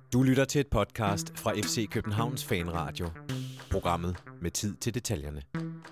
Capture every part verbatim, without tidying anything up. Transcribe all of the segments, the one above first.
Du lytter til et podcast fra F C Københavns Fanradio. Programmet med tid til detaljerne.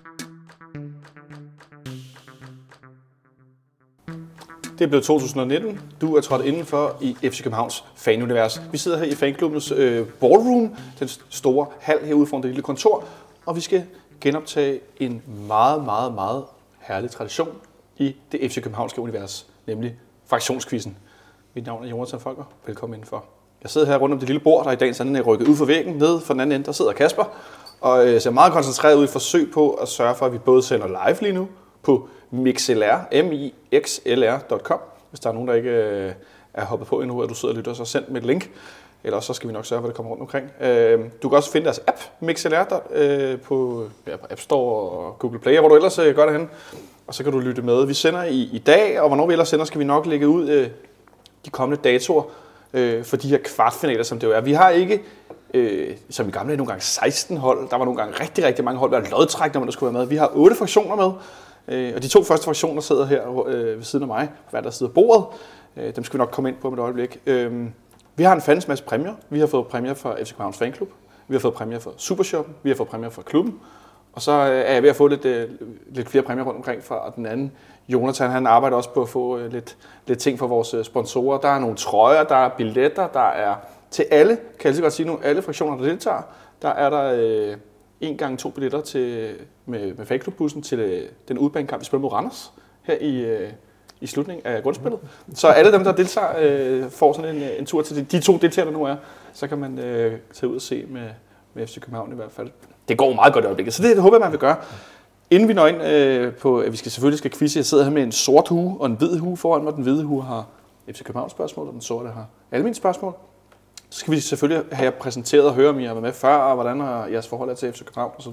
Det er blevet to tusind nitten. Du er trådt indenfor i F C Københavns fanunivers. Vi sidder her i fanklubbens øh, ballroom, den store hal herude foran det lille kontor, og vi skal genoptage en meget, meget, meget herlig tradition i det F C Københavnske univers, nemlig fraktionsquizzen. Mit navn er Jonathan Folker. Velkommen indenfor. Jeg sidder her rundt om det lille bord, der i dagens anden er rykket ud for væggen. Nede for den anden ende, der sidder Kasper, og øh, ser meget koncentreret ud i et forsøg på at sørge for, at vi både sender live lige nu på mixlr, m i x l r punktum com. Hvis der er nogen, der ikke øh, er hoppet på endnu, og du sidder og lytter, så send med et link. Ellers så skal vi nok sørge for, at det kommer rundt omkring. Øh, du kan også finde deres app, MixLR, øh, på, ja, på App Store og Google Play, hvor du ellers øh, gør det henne. Og så kan du lytte med. Vi sender i, i dag, og hvornår vi ellers sender, skal vi nok lægge ud øh, de kommende datoer øh, for de her kvartfinaler, som det jo er. Vi har ikke, øh, som i gamle, nogle gange seksten hold. Der var nogle gange rigtig, rigtig mange hold, der var lodtræk, når man der skulle være med. Vi har otte fraktioner med. Og de to første fraktioner sidder her øh, ved siden af mig, hver der sidder bordet. Øh, dem skal vi nok komme ind på med et øjeblik. Øh, vi har en fandens masse præmier. Vi har fået præmier fra F C Københavns Fanklub. Vi har fået præmier fra Supershoppen. Vi har fået præmier fra klubben. Og så er jeg ved at få lidt, øh, lidt flere præmier rundt omkring fra den anden. Jonathan, han arbejder også på at få øh, lidt, lidt ting fra vores sponsorer. Der er nogle trøjer, der er billetter, der er til alle, kan jeg lige godt sige nu, alle fraktioner, der deltager. Der er der øh, en gang to billetter til, med, med fanklubbussen til øh, den udbanekamp, vi spiller mod Randers her i, øh, i slutningen af grundspillet. Så alle dem, der deltager, øh, får sådan en, en tur til de, de to deltagere, der nu er. Så kan man øh, tage ud og se med, med F C København i hvert fald. Det går meget godt i øjeblikket, så det, det håber jeg, man vil gøre. Inden vi når ind øh, på, at vi skal selvfølgelig skal quizze, jeg sidder her med en sort hue og en hvid hue foran mig. Den hvide hue har F C Københavns spørgsmål, og den sorte har alle mine spørgsmål. Så skal vi selvfølgelig have jer præsenteret og høre, om I har været med før, og hvordan jeres forhold er til F C København osv.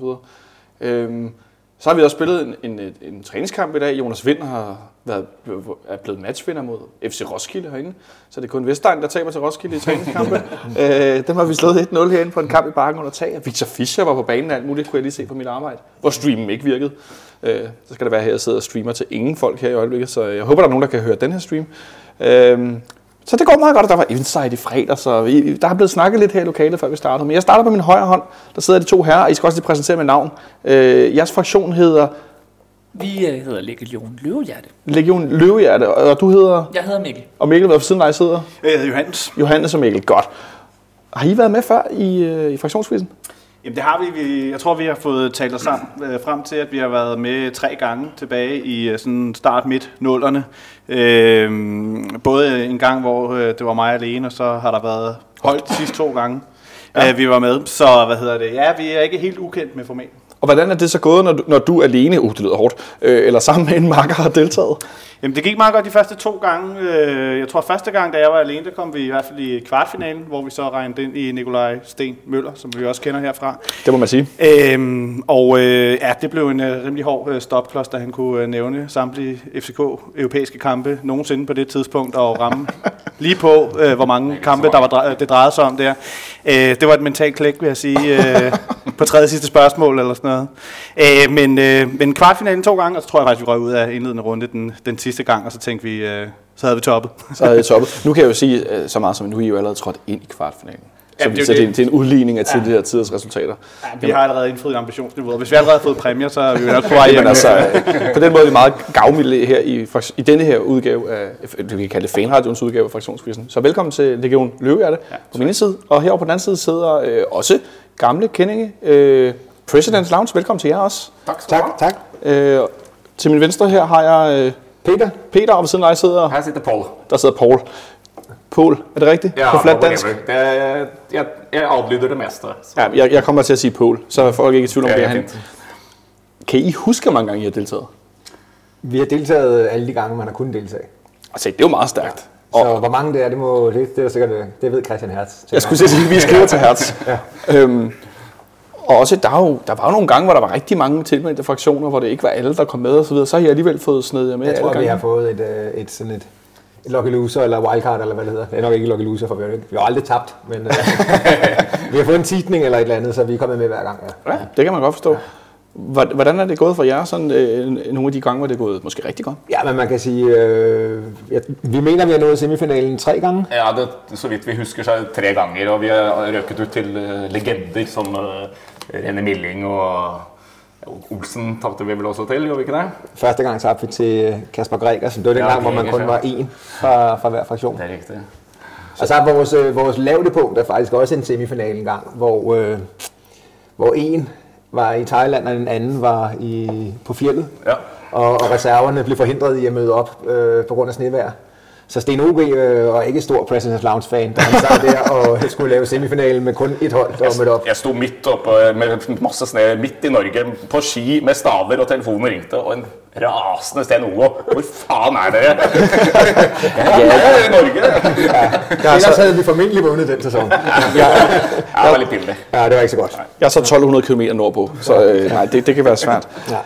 Øhm, så har vi også spillet en, en, en, en træningskamp i dag. Jonas Vind har været, er blevet matchvinder mod F C Roskilde herinde. Så det er kun Vestegn, der taber til Roskilde i træningskampen. øh, dem har vi slået et nul herinde på en kamp i Parken under tag. Victor Fischer var på banen, alt muligt kunne jeg lige se på mit arbejde, hvor streamen ikke virkede. Øh, så skal det være her, jeg sidder og streamer til ingen folk her i øjeblikket, så jeg håber, der er nogen, der kan høre den her stream. Øh, Så det går meget godt, at der var insight i fredag, så vi, der har blevet snakket lidt her i lokalet, før vi startede. Men jeg starter på min højre hånd, der sidder de to herrer, og I skal også lige præsentere med navn. Øh, jeres fraktion hedder... Vi hedder Legion Løvehjerte. Legion Løvehjerte, og du hedder... Jeg hedder Mikkel. Og Mikkel, hvad for siden af sidder? Jeg hedder Johannes. Johannes og Mikkel, godt. Har I været med før i, øh, i fraktionsquizzen? Jamen det har vi. Jeg tror, vi har fået talt os sammen øh, frem til, at vi har været med tre gange tilbage i sådan start midt nullerne. Øh, både en gang, hvor øh, det var mig alene, og så har der været holdt de sidste to gange, ja. øh, vi var med. Så hvad hedder det? Ja, vi er ikke helt ukendt med format. Og hvordan er det så gået, når du, når du alene, uh, det lyder hårdt, øh, eller sammen med en makker har deltaget? Jamen det gik meget godt de første to gange. Jeg tror første gang, da jeg var alene, der kom vi i hvert fald i kvartfinalen, hvor vi så regnede ind i Nikolaj Sten Møller, som vi også kender herfra. Det må man sige. Øhm, og øh, ja, det blev en uh, rimelig hård uh, stopklods, da han kunne uh, nævne samtlige F C K-europæiske kampe nogensinde på det tidspunkt, og ramme lige på, uh, hvor mange kampe der var, det drejede sig om der. Uh, det var et mentalt klæk, vil jeg sige, uh, på tredje sidste spørgsmål eller sådan noget. Uh, men, uh, men kvartfinalen to gange, og så tror jeg faktisk, vi røg ud af indledende runde den, den sidste gang, og så tænkte vi, øh, så havde vi toppet. Så havde vi toppet. Nu kan jeg jo sige øh, så meget som, nu er I jo allerede trådt ind i kvartfinalen. Så, ja, det, det, så det, det, det er en udligning af ja. tidligere tiders resultater. Ja, vi har allerede indfriet ambitionsniveauet, og hvis vi allerede har fået præmier, så er vi jo nok på vej hjem. Altså, på den måde er vi meget gavmilde her i, i denne her udgave af, det vi kan kalde det Fanradions udgave af fraktionsquizzen. Så velkommen til Legion Løvehjerte ja, på min side, og herovre på den anden side sidder øh, også gamle kendinge, øh, President's Lounge. Velkommen til jer også. Tak. Tak, tak. Øh, til min venstre her har jeg... Øh, Peter. Peter, og ved siden af dig sidder... Her sidder Paul. Der sidder Paul. Paul, er det rigtigt? Ja, på flat dansk? Det er, jeg, jeg aflyder det meste. Så. Ja, jeg, jeg kommer til at sige Paul, så er folk ikke i tvivl om ja, det er han. Kan I huske, hvor mange gange I har deltaget? Vi har deltaget alle de gange, man har kunnet deltage. Altså, det er jo meget stærkt. Ja. Så og, hvor mange det er, det, må, det, det er sikkert, det ved Christian Hertz. Jeg skulle sige, at vi skriver til Hertz. ja. øhm, og også, der, jo, der var jo nogle gange, hvor der var rigtig mange tilmeldte fraktioner, hvor det ikke var alle, der kom med og så videre. Så har I alligevel fået snedet jer med. Jeg tror, alle vi gange. har fået et, et, sådan et, et Lucky Loser eller Wildcard, eller hvad det hedder. Det er nok ikke Lucky Loser, for vi har, ikke, vi har aldrig tabt, men uh, vi har fået en titning eller et eller andet, så vi er kommet med hver gang. Ja, ja det kan man godt forstå. Ja. Hvordan er det gået for jer, sådan, øh, nogle af de gange, hvor det er gået måske rigtig godt? Ja, men man kan sige, øh, ja, vi mener, vi har nået semifinalen tre gange. Ja, det, så vidt vi husker, så er det tre ganger, og vi har røket ud til uh, legender som uh, René Milling og uh, Olsen tabte vi vel også til, gjorde vi ikke det? Første gang tabte vi til Kasper Gregersen. Det var den ja, gang, hvor man kun ja. var én fra, fra hver fraktion. Det er rigtigt. Og så er vores, vores lavdepunkt er faktisk også en semifinal en gang, hvor, øh, hvor en var i Thailand, og den anden var i, på fjeldet. Ja. Og, og reserverne blev forhindret i at møde op øh, på grund af snevejr. Så Sten O B øh, var ikke stor President's Lounge-fan, da han sad der og skulle lave semifinalen med kun et hold, der var mødt op. Jeg stod midt oppe med masse sne, midt i Norge, på ski med staver og telefonen ringte, og en rasende Sten O. Hvor faen er det? Ja, det er Norge. Ja, ellers havde vi formentlig vundet den sæson. Ja, det var lidt billigt. Ja, det var ikke så godt. Jeg er så tolv hundrede kilometer nordpå, så øh, nej, det, det kan være svært. Ja.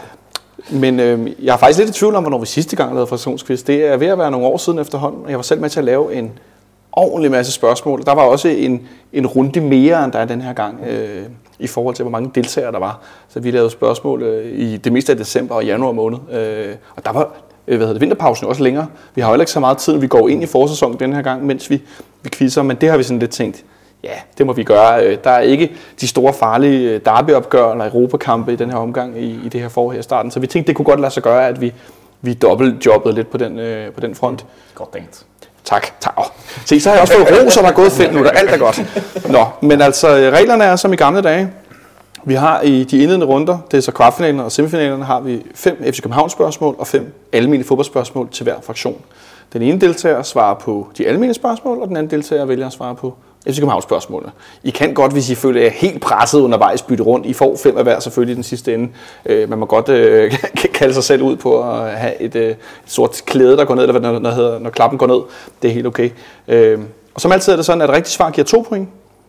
Men øh, jeg er faktisk lidt i tvivl om, hvornår vi sidste gang lavede fraktionsquiz. Det er ved at være nogle år siden efterhånden. Jeg var selv med til at lave en ordentlig masse spørgsmål. Der var også en, en runde mere, end der er den her gang, øh, i forhold til, hvor mange deltagere der var. Så vi lavede spørgsmål øh, i det meste af december og januar måned. Øh, og der var øh, hvad hedder det, vinterpausen også længere. Vi har jo heller ikke så meget tid, vi går ind i forsæsonen den her gang, mens vi, vi quizzer. Men det har vi sådan lidt tænkt, ja, det må vi gøre. Der er ikke de store farlige derbyopgør eller europakampe i den her omgang i, i det her forår her i starten. Så vi tænkte, det kunne godt lade sig gøre, at vi, vi dobbeltjobbede lidt på den, øh, på den front. Godt tænkt. Tak. tak. Oh. Se, så har jeg også fået ro, så der er gået fem minutter. Alt er godt. Nå, men altså, reglerne er som i gamle dage. Vi har i de indledende runder, det er så kvartfinalerne og semifinalerne, har vi fem F C København spørgsmål og fem almene fodboldspørgsmål til hver fraktion. Den ene deltager svarer på de almene spørgsmål, og den anden deltager vælger at svare på F C København spørgsmålene. I kan godt, hvis I føler jer helt presset undervejs, bytte rundt. I får fem af hver selvfølgelig i den sidste ende. Man må godt øh, kalde sig selv ud på at have et, øh, et sort klæde, der går ned, eller hvad det hedder, når klappen går ned. Det er helt okay. Øh, og som altid er det sådan, at rigtigt svar giver to point.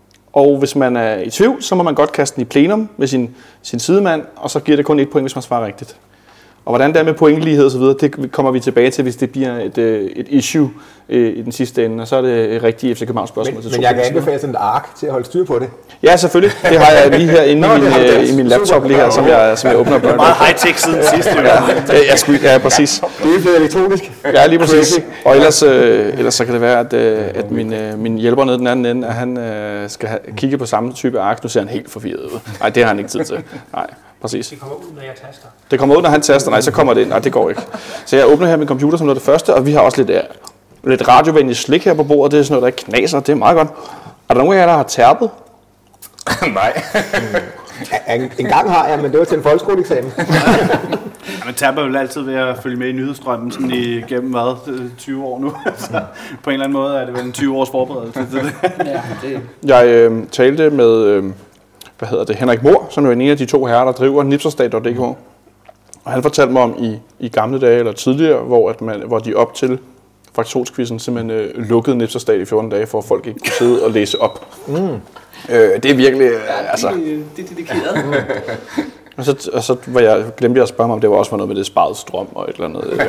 Og hvis man er i tvivl, så må man godt kaste den i plenum med sin, sin sidemand, og så giver det kun et point, hvis man svarer rigtigt. Og hvordan det er med pointlighed og så videre, det kommer vi tilbage til, hvis det bliver et, et issue øh, i den sidste ende, og så er det et rigtigt F C København spørgsmål. Men, til men jeg kan anbefale sådan et ark til at holde styr på det. Ja, selvfølgelig. Det har jeg lige her inde i min, øh, i min laptop lige her, som jeg, som jeg åbner. Det er meget high-tech siden sidst. Ja, jeg skulle, ja, præcis. Det er blevet elektronisk. Ja, lige præcis. Og ellers, øh, ellers så kan det være, at, øh, at min, øh, min hjælper nede den anden ende, at han øh, skal have, kigge på samme type ark. Nu ser han helt forvirret ud. Nej, det har han ikke tid til. Nej. Præcis. Det kommer ud, når jeg taster. Det kommer ud, når han taster. Nej, så kommer det ind. Nej, det går ikke. Så jeg åbner her min computer som noget af det første, og vi har også lidt, uh, lidt radiovenlig slik her på bordet. Det er sådan noget, der ikke knaser. Det er meget godt. Er der nogen af jer, der har terpet? Nej. en, en gang har jeg, men det var til en folkeskoleeksamen. Ja, men Tapper vil altid ved at følge med i nyhedsstrømmen sådan igennem hvad, tyve år nu. Så på en eller anden måde er det vel en tyve års forberedelse til det. Ja, det. Jeg øh, talte med øh, hvad hedder det, Henrik Mohr, som er en af de to herrer, der driver nipserstat punktum d k. Og han fortalte mig om i, i gamle dage eller tidligere, hvor, at man, hvor de op til fraktionsquizzen simpelthen øh, lukkede Nipserstat i fjorten dage, for at folk ikke kunne sidde og læse op. Mm. Øh, det er virkelig... Øh, ja, altså, det, det er dedikeret. Og så, og så var jeg, glemte jeg at spørge mig, om det var også var noget med det sparet strøm og et eller andet.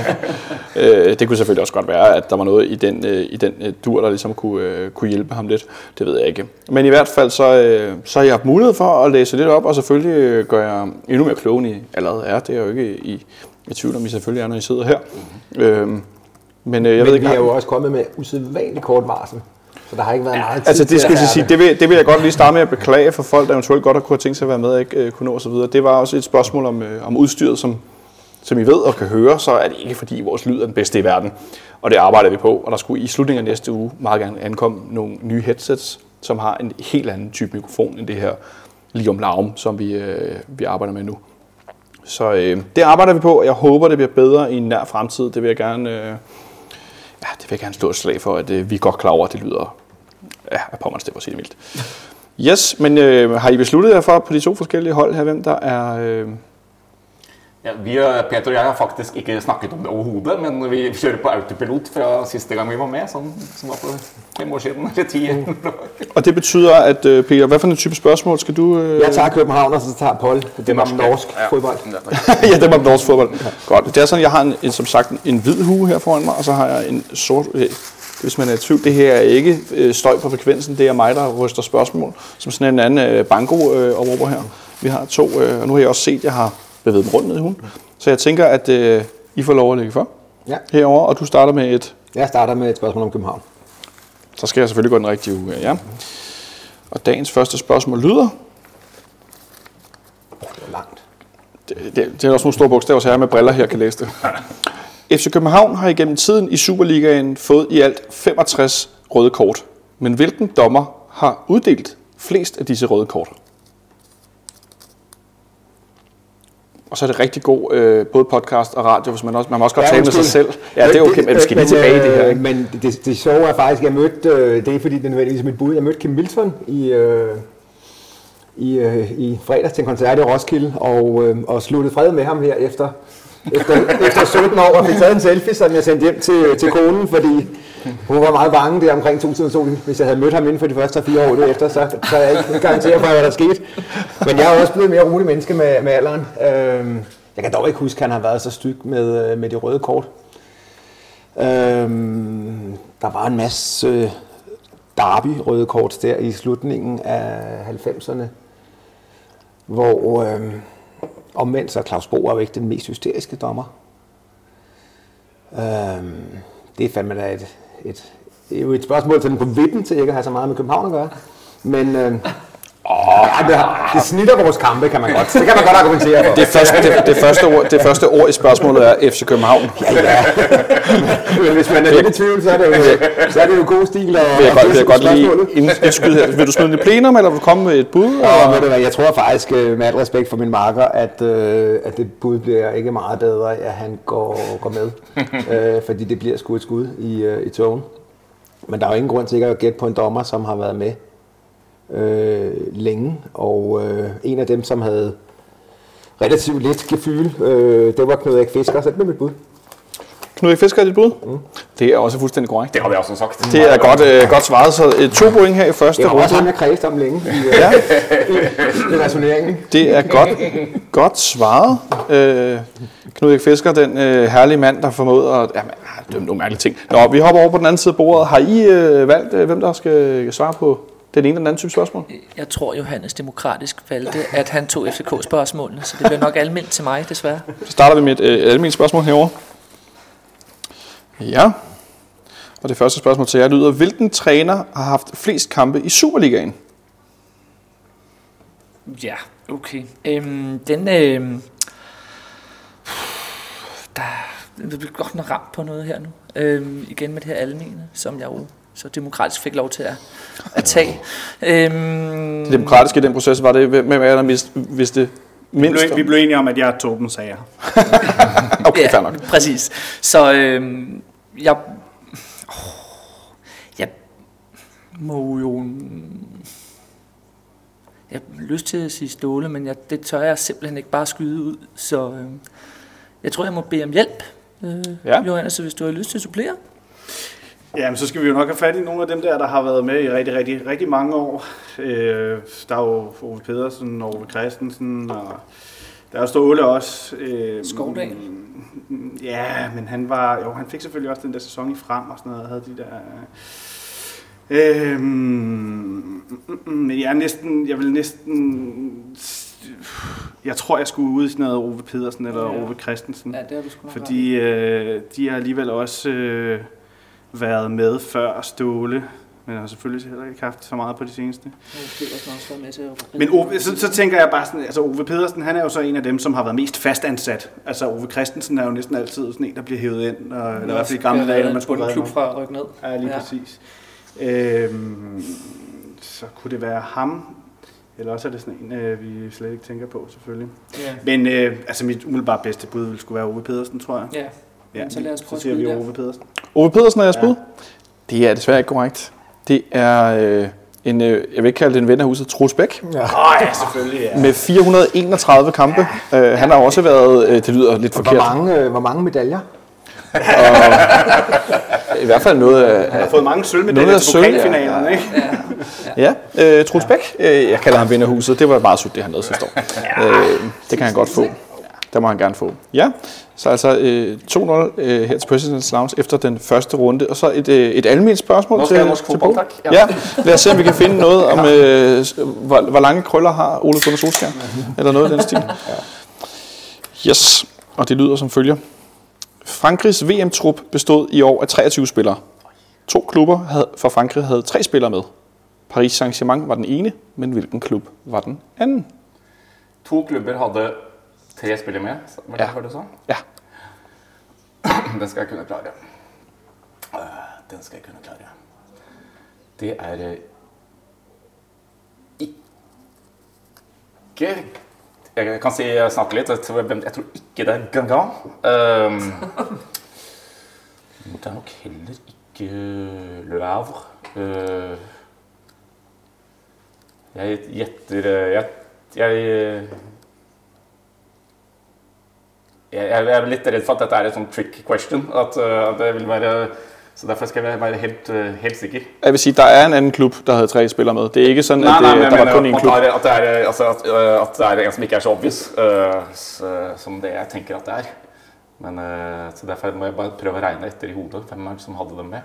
øh, det kunne selvfølgelig også godt være, at der var noget i den, øh, i den øh, dur, der ligesom kunne, øh, kunne hjælpe ham lidt. Det ved jeg ikke. Men i hvert fald, så, øh, så har jeg haft mulighed for at læse lidt op, og selvfølgelig øh, gør jeg endnu mere klog, end I allerede er. Det er jo ikke i, i tvivl om, I selvfølgelig er, når I sidder her. Mm-hmm. Øh, men øh, jeg men ved ikke, vi er jo også kommet med usædvanligt kort varsel. Så der har ikke været meget tid altså, det til skulle at jeg sige, det vil, det vil jeg godt lige starte med at beklage for folk, der eventuelt godt har kunne have tænkt sig at være med og ikke øh, kunne nå osv. Det var også et spørgsmål om, øh, om udstyret, som, som I ved og kan høre, så er det ikke fordi vores lyd er den bedste i verden. Og det arbejder vi på, og der skulle i slutningen af næste uge meget gerne ankomme nogle nye headsets, som har en helt anden type mikrofon end det her Lium Laum, som vi, øh, vi arbejder med nu. Så øh, det arbejder vi på, og jeg håber, det bliver bedre i en nær fremtid. Det vil jeg gerne, øh, ja, det vil jeg gerne slå et slag for, at øh, vi er godt klar over, at det lyder... Ja, jeg på mig, det var sige det mildt. Yes, men øh, har I besluttet jer for på de to forskellige hold her, hvem der er... Øh... Ja, vi, Peter og jeg har faktisk ikke snakket om det overhovedet, men vi kører på autopilot fra sidste gang vi var med, som, som var for fem år siden, eller ti. Og det betyder, at øh, Peter, hvad for en type spørgsmål skal du... Øh... Jeg tager København, og så tager Paul. Det er om norsk ja. fodbold. Ja, det var om norsk fodbold. Godt. Det er sådan, jeg har en, en, som sagt en hvid hue her foran mig, og så har jeg en sort... Øh, Hvis man er i tvivl, det her er ikke øh, støj på frekvensen, det er mig, der ryster spørgsmål, som sådan en anden øh, banko øh, overover her. Vi har to, øh, og nu har jeg også set, at jeg har bevæget dem rundt ned i hunden. Så jeg tænker, at øh, I får lov at lægge for ja. herovre, og du starter med et... Jeg starter med et spørgsmål om København. Så skal jeg selvfølgelig gå den rigtige uge, ja. Og dagens første spørgsmål lyder... Det er langt. Det, det, det er også nogle store bogstaver, så jeg med briller her kan læse det. F C København har igennem tiden i Superligaen fået i alt femogtres røde kort. Men hvilken dommer har uddelt flest af disse røde kort? Og så er det rigtig god, øh, både podcast og radio, hvis man også, man må også godt ja, tale med sig selv. Ja, det er okay, men du skal lige tilbage i det her. Ikke? Men det, det sjove er faktisk, at jeg mødte, øh, det er fordi det er nødvendigvis mit bud, jeg mødte Kim Milton i, øh, i, øh, i fredags til en koncert i Roskilde, og, øh, og sluttede fred med ham her efter, efter, efter sytten år, og fik taget en selfie, som jeg sendte hjem til, til konen, fordi hun var meget bange der omkring to tusind og to, hvis jeg havde mødt ham inden for de første fire år efter, så, så er jeg ikke garanteret for, hvad der skete. Men jeg er også blevet mere rolig menneske med, med alderen. Øhm, jeg kan dog ikke huske, at han har været så styg med, med de røde kort. Øhm, der var en masse derby-røde kort der i slutningen af halvfemserne, hvor øhm, omvendt så Claus Bo var jo ikke den mest hysteriske dommer. Øhm, det er fandme da et, et, det er jo et spørgsmål til den på vippen til ikke at have så meget med København at gøre. Men øh, åh, det, det snitter vores kampe, kan man godt. Det kan man godt argumentere for. Det første, det, det første, ord, det første ord i spørgsmålet er F C København. Ja, ja. Men hvis man er lidt i tvivl, så er det jo, så er det jo god stil. Og, vil jeg godt, vil jeg godt lige indskyde her. Vil du smide den i plenum, eller vil du komme med et bud? Og, og, jeg tror faktisk, med al respekt for min marker, at, øh, at det bud bliver ikke meget bedre, at han går, går med. øh, fordi det bliver sgu et skud i, øh, i togen. Men der er jo ingen grund til at gætte på en dommer, som har været med øh, længe. Og øh, en af dem, som havde relativt lidt gefyl, øh, det var Knud Erik Fisker, så det blev mit bud. Knud Erik Fisker er dit bud? Mm. Det er også fuldstændig korrekt. Det har vi også sagt. Det er godt, øh, godt svaret, så øh, to point her i første runde. Det er også ham, jeg kredste om længe i, øh, ja. i, i resoneringen. Det er godt, godt svaret. Øh, Knud Erik Fisker, den øh, herlige mand, der formåede at... Jamen, det er nogle mærkelige ting. Nå, vi hopper over på den anden side af bordet. Har I øh, valgt, øh, hvem der skal svare på den ene eller den anden type spørgsmål? Jeg tror, Johannes demokratisk valgte, at han tog F C K-spørgsmålene, så det bliver nok almindeligt til mig, desværre. Så starter vi med et øh, almindeligt spørgsmål herovre. Ja, og det første spørgsmål til jer lyder, hvilken træner har haft flest kampe i Superligaen? Ja, okay. Øhm, den, øhm, der vi bliver godt nok ramt på noget her nu. Øhm, igen med det her almene, som jeg jo så demokratisk fik lov til at, at tage. Øhm, det demokratiske i den proces var det, hvem er der mist, vidste mindst? Vi blev, vi blev enige om, at jeg tog dem sager. Okay, ja, fair nok. Præcis. Så øhm, jeg, oh, jeg må jo... Jeg har lyst til at sige Ståle, men jeg, det tør jeg simpelthen ikke bare skyde ud. Så øh, jeg tror, jeg må bede om hjælp, øh, ja. Johannes, hvis du har lyst til at supplere. Jamen, så skal vi jo nok have fat i nogle af dem der, der har været med i rigtig, rigtig, rigtig mange år. Øh, der er jo Ove Pedersen og Ove Christensen, og der er jo Ståle også. Øh, Skovdal. Ja, men han var, jo, han fik selvfølgelig også den der sæson i frem og sådan noget, havde de der... Øh, men jeg er næsten, jeg vil næsten, jeg tror, jeg skulle ud i sådan noget Ove Pedersen eller ja. Ove Christensen. Ja, det har du sgu nok. Fordi øh, de har alligevel også øh, været med før Ståle, men har selvfølgelig heller ikke haft så meget på det seneste. Men Ove, så, så tænker jeg bare sådan, altså Ove Pedersen, han er jo så en af dem, som har været mest fastansat. Altså Ove Christensen er jo næsten altid sådan en, der bliver hævet ind, og, eller i hvert fald i gamle dage, når man skulle en klub fra rykke ned. Ja, lige ja. præcis. Øhm, så kunne det være ham, eller også er det sådan en, øh, vi slet ikke tænker på, selvfølgelig. Ja. Men øh, altså mit umiddelbart bedste bud ville skulle være Ove Pedersen, tror jeg. Ja, ja så lad os prøve så siger vi Ove Pedersen. Ove Pedersen er jeres ja. bud? Det er desværre ikke korrekt. Det er øh, en, øh, jeg vil ikke kalde det en ven af huset, Troels Bæk. Ja. Oh, ja, selvfølgelig, ja. Med fire hundrede og enogtredive kampe. Ja. Øh, han har også været, øh, det lyder lidt forkert. Hvor mange, øh, hvor mange medaljer? Og i hvert fald noget af... Han har fået mange sølvmedaljer til pokalfinalen, ja. ikke? Ja, ja. Øh, Troels Bæk, øh, jeg kalder ham ven af huset. Det var meget sødt, det han lavede sidste år. Øh, det kan han godt få. Der må han gerne få. Ja, så altså øh, to nul øh, her til President's Lounge efter den første runde. Og så et, øh, et almindeligt spørgsmål Nå skal til, jeg norsk til fodbold, Bo. tak. Ja. ja, lad os se, om vi kan finde noget om, øh, hvor, hvor lange krøller har Ole Gunnar Solskjaer. Eller noget i den stil. Yes, og det lyder som følger. Frankrigs V M-trup bestod i år af treogtyve spillere. To klubber havde, for Frankrig havde tre spillere med. Paris Saint-Germain var den ene, men hvilken klub var den anden? To klubber hadde tre spillere med, var det Ja. hva du sa? Ja. Den skal jeg kunne klare. Øh, Den skal jeg kunne klare. Det er øh, ikke... Jeg kan si, snakke litt. Jeg tror, jeg tror ikke det er Gangan. Um, det er nok heller ikke Le Havre. Uh, jeg gjetter jeg, jeg, jeg, jeg er litt redd for at dette er et sånt trick question. At uh, det vil være... Så derfor skal jeg være helt, helt sikker. Jeg vil sige, der er en anden klub, der havde tre spillere med. Det er ikke sådan, Nei, at nei, det, men der jeg var kun mener en at, klub. det er, at, det er, altså, at, uh, at det er en som ikke er så obvious, uh, så, som det jeg tenker at det er. Men, uh, så derfor må jeg bare prøve å regne etter i hodet hvem er det som hadde dem med.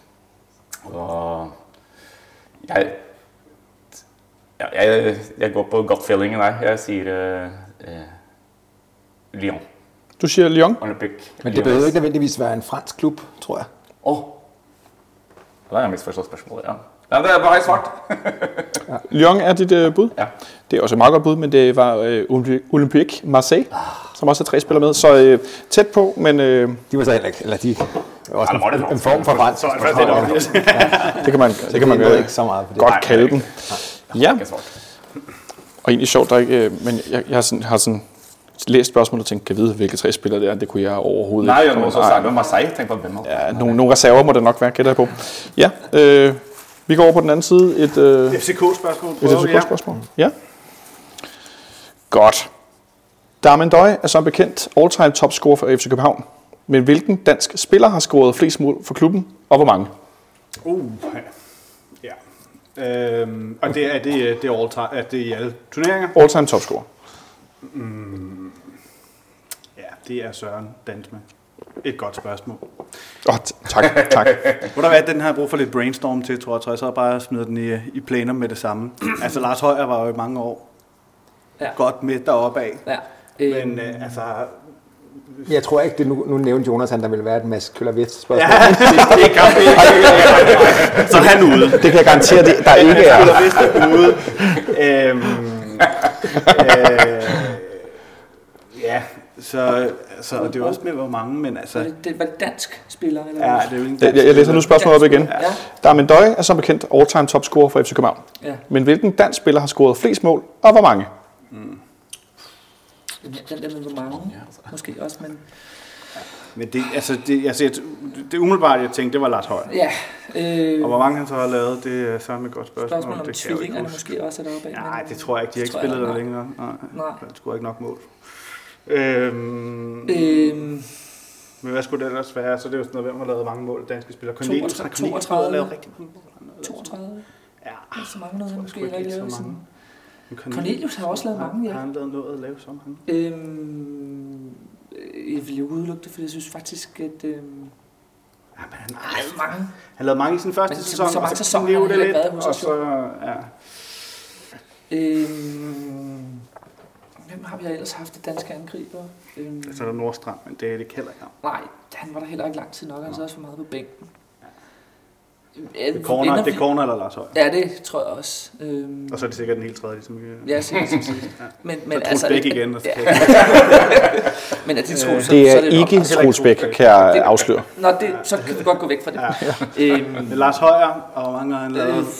Og jeg, ja, jeg, jeg går på gut feelingen der. Jeg sier uh, uh, Lyon. Du siger Lyon? Olympique. Men det behøver ikke nødvendigvis være en fransk klub, tror jeg. Åh, oh. Da har jeg misforstått spørsmålet, ja. Ja, det er bare svart. Lyon er dit øh, bud? Ja. Det er også et meget godt bud, men det var øh, Olympique Marseille, som også har tre spillere med. Så øh, tæt på, men... Øh, De var så heller ikke, eller de var også Ja, det var det en, en form for fransk. Så er det faktisk lidt obvious. det kan man, det kan man ved øh, ikke så meget på det. godt kalde dem. Ja, Ikke svart. og egentlig sjovt, der ikke, øh, men jeg, jeg har sådan, har sådan læst spørgsmålet og tænkt, kan jeg vide, hvilke tre spillere det er? Det kunne jeg overhovedet Nej, ikke. jeg må så særlig med Marseille. Tænk på, hvem er det? Ja, nogle, nogle reserver må det nok være, gætter jeg på. Ja, øh, vi går over på den anden side. Et, øh, F C K-spørgsmål. et F C K-spørgsmål. Ja. Godt. Darmen Døj er som bekendt all-time topscorer for F C København. Men hvilken dansk spiller har scoret flest mål for klubben, og hvor mange? Uh, ja. Øhm, og det er det, det er all time, er det i alle turneringer? All-time topscorer. Mm, ja, det er Søren Dansme. Et godt spørgsmål. Åh, oh, tak, tak. Hvor der hvad, den har jeg brug for lidt brainstorm til, tror jeg, så jeg bare smider den i, i planer med det samme. Altså, Lars Højer var jo i mange år Ja. godt med deroppe af. Ja. Men øh, altså... Jeg tror ikke, det nu, nu nævnte Jonas, at der ville være et Mads Køller-Vest spørgsmål. Ja, det, det kan vi ikke. Så er han ude. Det kan jeg garantere, det, der ikke er. Køller-Vest er ude. Øhm, øh, ja, så, så og det er jo også med, hvor mange, men altså... Var det, det, var det dansk spiller? Eller Ja, hvad? det er jo ikke Jeg, jeg læser nu spørgsmålet op igen. Ja. Darmen Døj er som bekendt all-time topscorer for F C København. Ja. Men hvilken dansk spiller har scoret flest mål, og hvor mange? Den der med hvor mange, måske også, men... Men det, altså, det, altså, det, det umiddelbart, jeg tænkte, det var Lars Højer. Ja. Øh, Og hvor mange han så har lavet, det er samme et godt spørgsmål. spørgsmål om det kan jeg jo ikke tvillingerne huske. måske også er deroppe af. Nej, det tror jeg ikke. De har ikke tror jeg spillet der ikke, længere. Nej, Nej. det skulle ikke nok mål. Øhm, Øhm, men hvad skulle det ellers være? Så det er jo sådan noget, hvem har lavet mange mål, danske spillere. Cornelius, toogtredive. Cornelius har lavet rigtig mange mål. Han har lavet toogtredive. Ja, Ja, så mange noget, han måske sgu ikke ikke så lavet mange. sådan. Men Cornelius har også lavet mange, ja. Har han lavet noget at lave så mange? Øhm, jeg vil jo udelukke det, for jeg synes faktisk, at... Øhm, Jamen, han, har lavet mange. han lavede mange i sin første Men så- sæson, så mange og så sæsoner blev har det han lidt, været hos og os, så, ja. Øhm, hvem har vi ellers haft det danske angriber? Øhm, Så er der Nordstrand, men det er det heller ikke. nej, han var der heller ikke lang tid nok. Han sad også for meget på bænken. Ja, Det er corner, ender det er vi- corner eller Lars Højer. Ja, det tror jeg også. Øhm, Og så er det sikkert den helt tredje, ligesom vi... ja, sikkert. Men, men Så Troels Bæk igen. Og så ja. Men er de to, så, Det så er er det nok. ikke Troels Bæk, kan jeg Det- afsløre. Nå, det, så kan vi godt gå væk fra det. Ja. Øhm, Men Lars Højer, og hvor mange har han lavet? øh,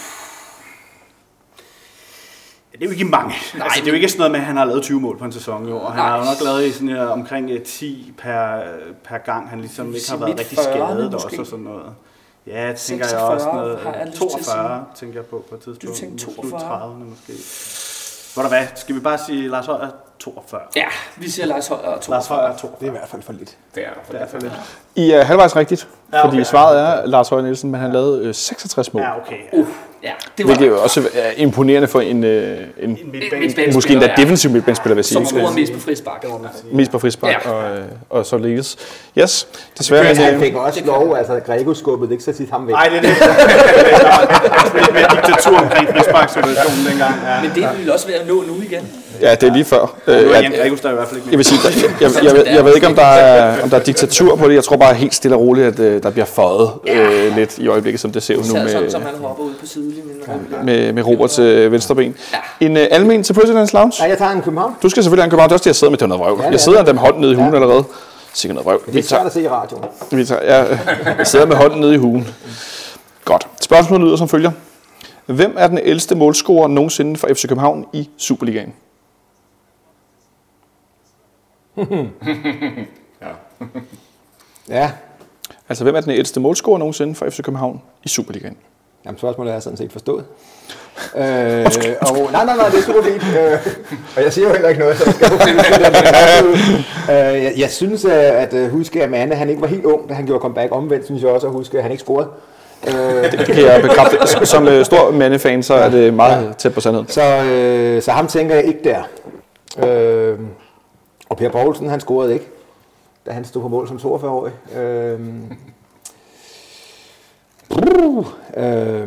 Ja, det er jo ikke mange. Nej, altså, det er jo ikke sådan noget med, at han har lavet tyve mål på en sæson i år. Han Nej. har jo nok lavet i sådan, uh, omkring uh, ti per, per gang. Han ligesom ikke har været midt rigtig fyrrerne skadet måske. også og sådan noget. Ja, det tænker jeg seksogfyrre også noget. har jeg lyst til at toogfyrre tænker jeg på på et tidspunkt. Du tænkte Slut toogfyrre? trediverne måske. Hvor der hvad? Skal vi bare sige Lars Højer toogfyrre? ja, vi siger Lars Højer og to. Lars Højer toogfyrre. Det er i hvert fald for lidt. Det er Det er i hvert fald lidt. I er halvvejs rigtigt, Ja, fordi okay. svaret er Lars Højer Nielsen, men han lavede øh, seksogtres mål. Ja, okay. Ja. Ja, det var hvilket jo også er imponerende for en, øh, en, en måske endda defensiv midtbanespiller, vil jeg sige. Som scorer mest på frispark. Mest på frispark Ja. og, øh, og så ligges. Yes, desværre. Men Men, han øh, fik også lov, altså Grego skubbede ikke så tit ham væk. Nej, det er det. Lidt mere diktatur omkring frisparksituationen dengang. Ja. Men det vil også være at nå nu igen. ja, det er lige før. Nu Øh, er jeg, Jan Gregus der i hvert fald ikke jeg mere. vil sige, jeg, jeg, jeg, jeg ved ikke, om der, er, om der er diktatur på det. Jeg tror bare helt stille og roligt, at øh, der bliver føjet øh, lidt i øjeblikket, som det ser ud nu Især sådan, med, som han hopper ud på sidelinjen. med, med Roberts øh, venstreben. En øh, almen til President's Lounge. Ja, jeg tager en København. Du skal selvfølgelig have en København. Det er også det, jeg sidder med. Det er noget vrøvl. Ja, det Jeg er sidder det. der med hånden nede i hugen allerede. Sikkert noget vrøvl. Det er svært at se i radioen. Vi tager, ja, jeg sidder med hånden nede i hugen. Godt. Spørgsmålet lyder som følger. Hvem er den ældste målscorer nogensinde for F C København i Superligaen? Ja, Altså, hvem er den ældste målscorer nogensinde for F C København i Superligaen? jamen spørgsmålet er sådan set forstået. Øh, og, nej, nej, nej, det er super fint. Øh, og jeg siger jo heller ikke noget, så jeg skal jo finde det. Øh, jeg, jeg synes, at, at huske, at Mane, han ikke var helt ung, da han gjorde comeback. Omvendt synes jeg også at huske, at han ikke scorede. Øh, Det kan jeg bekræfte. Som øh, stor mandefan, så er det meget ja. tæt på sandheden. så, øh, så ham tænker jeg ikke der. Øh, og Per Poulsen, han scorede ikke, da han stod på mål som toogfyrre-årig. Øh, uh, øh,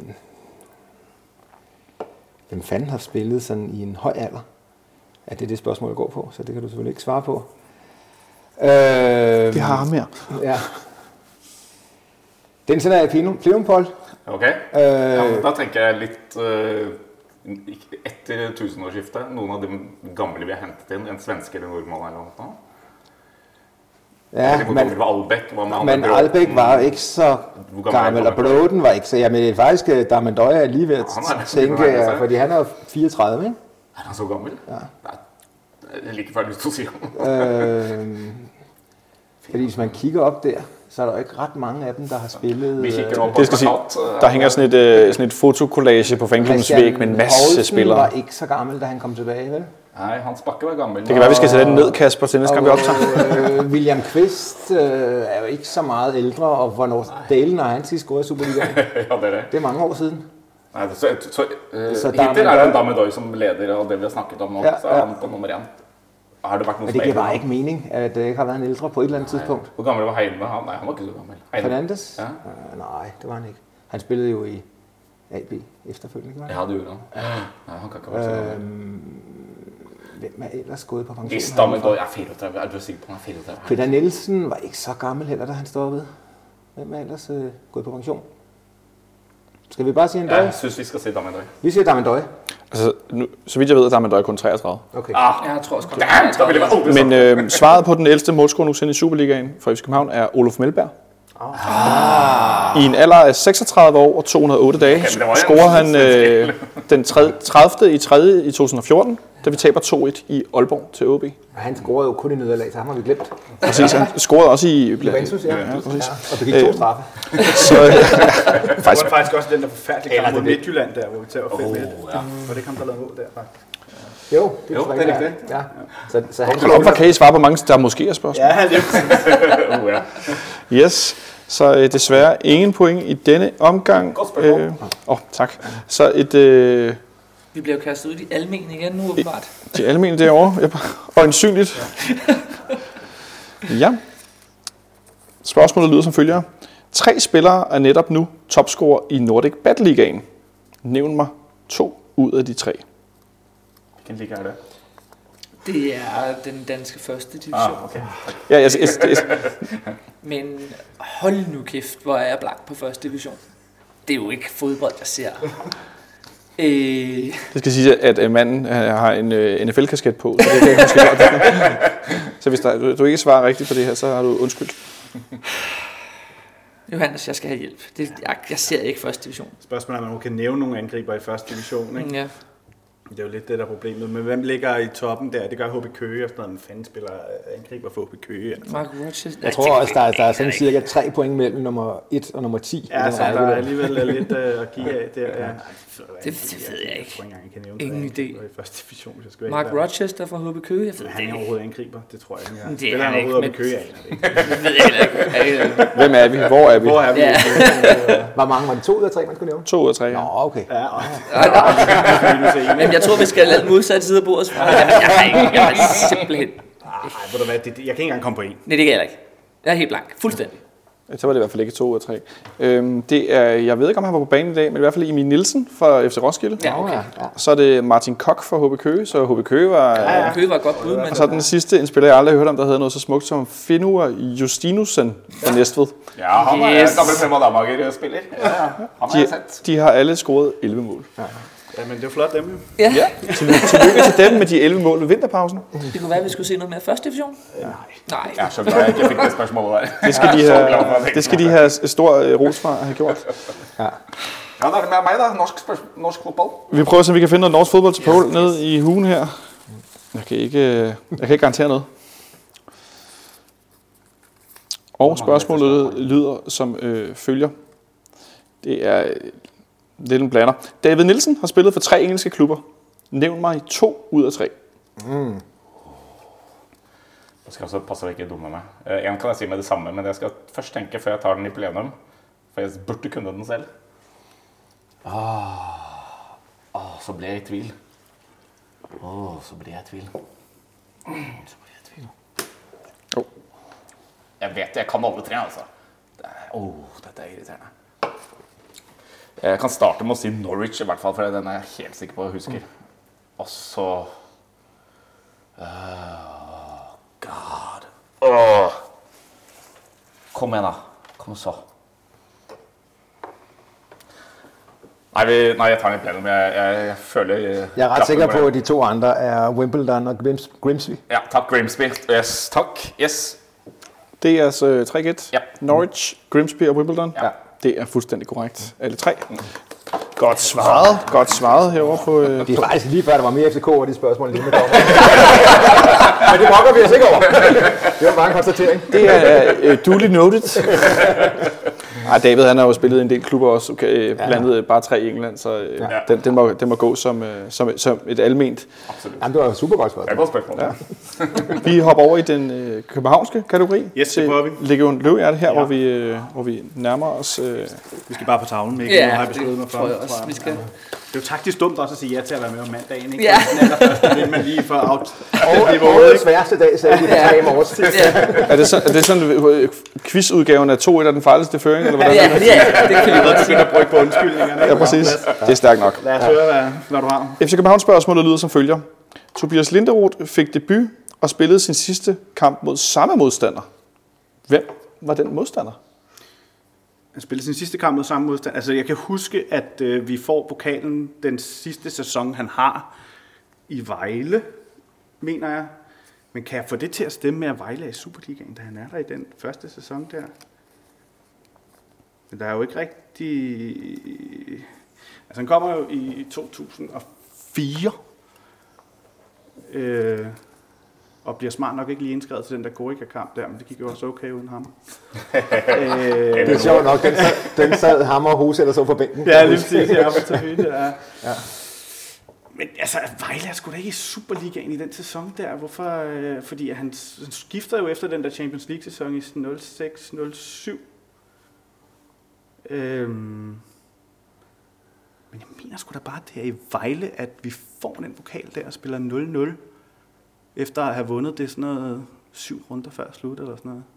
Hvem fanden har spillet sådan i en høj alder? Ja, det er det spørgsmål, jeg går på, så det kan du selvfølgelig ikke svare på. Øh, Vi har ham her. Ja. Den sender jeg i Pleonpol. Ok, Øh, ja, men da tenker jeg litt uh, etter tusenårsskiftet, noen av de gamle vi har hentet inn, en svenske eller nordmann eller noe. ja, Hvor men, gammel var Albeck? Hva med han men der Bro- Albæk var ikke så Hvor gammel er gammel, og Brodden? Brodden var ikke så... Jamen, det er faktisk uh, Darmendøj er lige ved at Han er- tænke, han er- ja, fordi han er fireogtredive, ikke? Er han så gammel? Ja. Nei, jeg er like før lyst til å si ham. Øh, fordi hvis man kigger op der, så er der jo ikke ret mange af dem, der har spillet... Vi kigger øh, nå på Det skal sige, plakat, uh, der hænger sådan et, øh, sådan et fotokollage på fanklubbens væg med en masse Poulsen spillere. var ikke så gammel, da han kom tilbage, vel? Nej, Hans Bakke var gammel. Det kan være, vi skal sætte den ned, Kasper, til næste gang vi optager. Og øh, William Kvist øh, er jo ikke så meget ældre, og hvornår delen har han sidst scoret i Superligaen? Ja, det er det. Det er mange år siden. Nei, det, så, så, uh, Så hittil Darmendøj- er det Damedøy som leder av det vi har snakket om nå. Ja, Så er ja. han på nummer én. Har det vært noe Men som det giver er bare ikke mening, at det ikke har været en ældre på et eller andet tidspunkt. Hvor gammel var Heine? Han, nej, han var ikke så gammel. Heine. Fernandes? Ja. Uh, nej, det var han ikke. Han spillede jo i A B efterfølgende, ikke? Ja, det gjorde han. Nej, han kan ikke være så gammel. Øhm, hvem er ellers gået på pension? Hvis Damedøy er fireogtredive, er du sikker på, han er fireogtredive? Peter Nielsen var ikke så gammel heller, da han stoppede. Hvem er ellers øh, gået på pension? Skal vi bare sige en Ja, døj? jeg synes, vi skal se Damedøy. Vi siger Damendøj. Altså, nu, så vidt jeg ved, at der er man døj kun treogtredive. Okay. Ah, Jeg tror også godt, damn, der ville jeg aldrig Men øh, svaret på den ældste målscorer nogensinde i Superligaen for F C København er Olof Melberg. Ah. I en alder af seksogtredive år og to hundrede og otte dage Okay, men det var jo scorer han en øh, den tredivte i tredje i to tusind og fjorten, da vi taber to et i Aalborg til O B. Og han scorede jo kun i nederlag, så ham har vi glemt. Præcis, han scorede også i... Juventus, ja. Ja, præcis. Ja, og begik to Øh, straffe. Så, øh, Det faktisk, var faktisk også den der forfærdelige Eller kamp mod det- Midtjylland der, hvor vi tager fem Åh, et. ja. Var det ikke ham, der lavede mål der, faktisk? Jo, det Jo, tror det er jeg, det. ja. Så, så han hold op, hvor kan I svare på mange, der måske er spørgsmål? Ja, han er Oh, ja. Yes, så øh, desværre ingen point i denne omgang. Godt spørgsmål. Øh, åh, tak. Så et... Øh, Vi bliver jo kastet ud i almen igen nu, åbenbart. de almene derovre. Yep. Øjensynligt. Ja. Spørgsmålet lyder som følger. Tre spillere er netop nu topscorer i Nordic Battle Ligaen. Nævn mig to ud af de tre. Hvilken liga er det? Det er den danske første division. Ah, okay. Ja, jeg, jeg, jeg, Men hold nu kæft, hvor er jeg blank på første division. Det er jo ikke fodbold, jeg ser. Øh, det skal sige, at øh, manden øh, har en øh, N F L-kasket på. Så, det kan jeg måske godt. Så hvis der, du, du ikke svarer rigtigt på det her, så har du undskyldt. Johannes, jeg skal have hjælp. Det, jeg, jeg ser ikke første division. Spørgsmålet er, om man kan nævne nogle angriber i første division, ikke? Ja. Det er jo lidt det, der er problemet. Men hvem ligger i toppen der? Det gør H B Køge, og sådan noget. Men fanden spiller angriber for H B Køge. Altså. Mark Rochester. Jeg tror også, der er, der er sådan cirka tre point mellem nummer et og nummer ti. Ja, så der er alligevel lidt uh, at give af der. Ja. Det, det ved jeg ikke. Jeg kan nævne Ingen idé. I første division, hvis jeg skal Mark Rochester fra H B Køge. Jeg ved han er overhovedet angriber, det tror jeg ikke. Det er Spiller han han ikke, overhovedet men- H B Køge, jeg aner det ikke. Det ved jeg heller ikke. Hvem er vi? Hvor er vi? Hvor er vi? Ja. Hvor mange var det? To ud af tre, man skulle nævne? To ud af tre. Ja. Nå, okay. Ja, og Men jeg tror, vi skal lade den modsatte side af bordet svare. Jeg har ikke. Jeg har simpelthen. Nej, ved du hvad, det, det, jeg kan ikke engang komme på en. Nej, det kan jeg heller ikke. Jeg er helt blank. Fuldstændig. Så var det i hvert fald ikke to ud af tre. Øhm, det er, jeg ved ikke, om han var på banen i dag, men i hvert fald Emil Nielsen fra F C Roskilde. Ja, okay. Ja, ja. Så er det Martin Koch fra H B Køge, så H B Køge var... Ja, ja. Køge var et godt bud, men... Og så den sidste, en spiller, jeg aldrig har hørt om, der hedder noget så smukt som Finnur Justinussen fra Næstved. Ja, han er Yes. gammel Fremad-Amager-spiller. Ja, ja. Han har jeg De, sett. de har alle scoret elleve mål. Ja, men det er jo flot dem jo. Ja. Ja, tillykke til dem med de elleve mål ved vinterpausen. Det kunne være, at vi skulle se noget mere første division. Nej. Nej. Jeg er så glad, jeg ikke fik det spørgsmålet der. Det skal de Jeg er så glad for, at have, jeg det skal de have stor øh, ros for at have gjort. Ja. Ja, der er det med mig, der. Norsk, spørg- norsk fodbold. Vi prøver at se, om vi kan finde noget norsk fodbold til Poul nede i hugen her. Jeg kan ikke, øh, jeg kan ikke garantere noget. Og spørgsmålet lyder som øh, følger. Det er øh, lidt en blander. David Nielsen har spillet for tre engelske klubber. Nævn mig to ud af tre. Jeg skal også passe at ikke dumme meg. Eh, En kan jeg si med det samme, men jeg skal først tenke før jeg tar den i plenum. For jeg burde kunne den selv. Åh, åh, så ble jeg i tvil. Åh, så ble jeg i tvil. Så ble jeg i tvil. Oh. Jeg vet, jeg kan alle tre, altså. Det er, åh, dette er irriterende. Jeg kan starte med å si Norwich i hvert fall, for den er jeg helt sikker på at jeg husker. Og så... Oh, God. Åh. Kom igjen da. Kom så. Nei, vi, nei, jeg tar den i plenum. Jeg, jeg, jeg føler... Jeg er ret sikker på, at de to andre er Wimbledon og Grims- Grimsby. Ja, takk Grimsby. Yes, takk. Yes. Det er altså tre gæt. Ja. Norwich, Grimsby og Wimbledon. Ja. Det er fuldstændig korrekt. Alle tre. Godt svaret. Godt svaret herovre på... Øh, Det er faktisk lige før, der var mere F C K over de spørgsmål lige med dommer. Men det brokker vi os ikke over. Det var bare en konstatering. Det er øh, duly noted. Ej, David han har jo spillet en del klubber også, okay, blandt andet bare tre i England, så øh, Ja. den, den, må, den må gå som, øh, som, som et alment. Absolutt. Jamen, det var et super godt Det er spørgsmål. et godt spørgsmål. Ja. Vi hopper over i den øh, københavnske kategori Yes, det prøver vi. Legion Løvehjerte her, ja. hvor, vi, øh, hvor vi nærmer os... Øh, Vi skal bare på tavlen med, ikke? Ja, Nu har jeg det besluttet mig for. tror jeg også, vi skal. Det er jo taktisk dumt også at sige ja til at være med om mandagen, ikke? Ja. Den allerførste, men man lige får out. Og årets sværeste dag, sagde de for tre i morges. Ja, er, det så, er det sådan, øh, quizudgaven af to et af den farligste føring, eller hvordan? ja, ja, det kan vi godt sige. Begynder at brygge på undskyldningerne. Ja, præcis. Det er stærkt nok. Lad os høre, hvad, hvad du har. F C Københavns spørgsmålet lyder som følger. Tobias Linderoth fik debut og spillede sin sidste kamp mod samme modstander. Hvem var den modstander? Han spillede sin sidste kamp mod samme modstand. Altså, jeg kan huske, at øh, vi får pokalen den sidste sæson, han har i Vejle, mener jeg. Men kan jeg få det til at stemme med, at Vejle er i Superligaen, da han er der i den første sæson der? Men der er jo ikke rigtig... Altså, han kommer jo i to tusind og fire. Øh, og bliver smart nok ikke lige indskrevet til den der Gorica-kamp der, men det gik jo også okay uden ham. øh, Det er sjovt nok, den sad, den sad ham og Huse eller så på bænken. Ja, lige præcis. Jeg er på tribunen, ja. Ja. Men altså, Vejle er sgu da ikke i Superligaen i den sæson der. Hvorfor? Øh, fordi han, han skifter jo efter den der Champions League-sæson i nul seks nul syv. Øhm, men jeg mener sgu da bare, det er i Vejle, at vi får den pokal der og spiller nul nul. Efter at have vundet det sådan noget syv runder før slut eller sådan noget.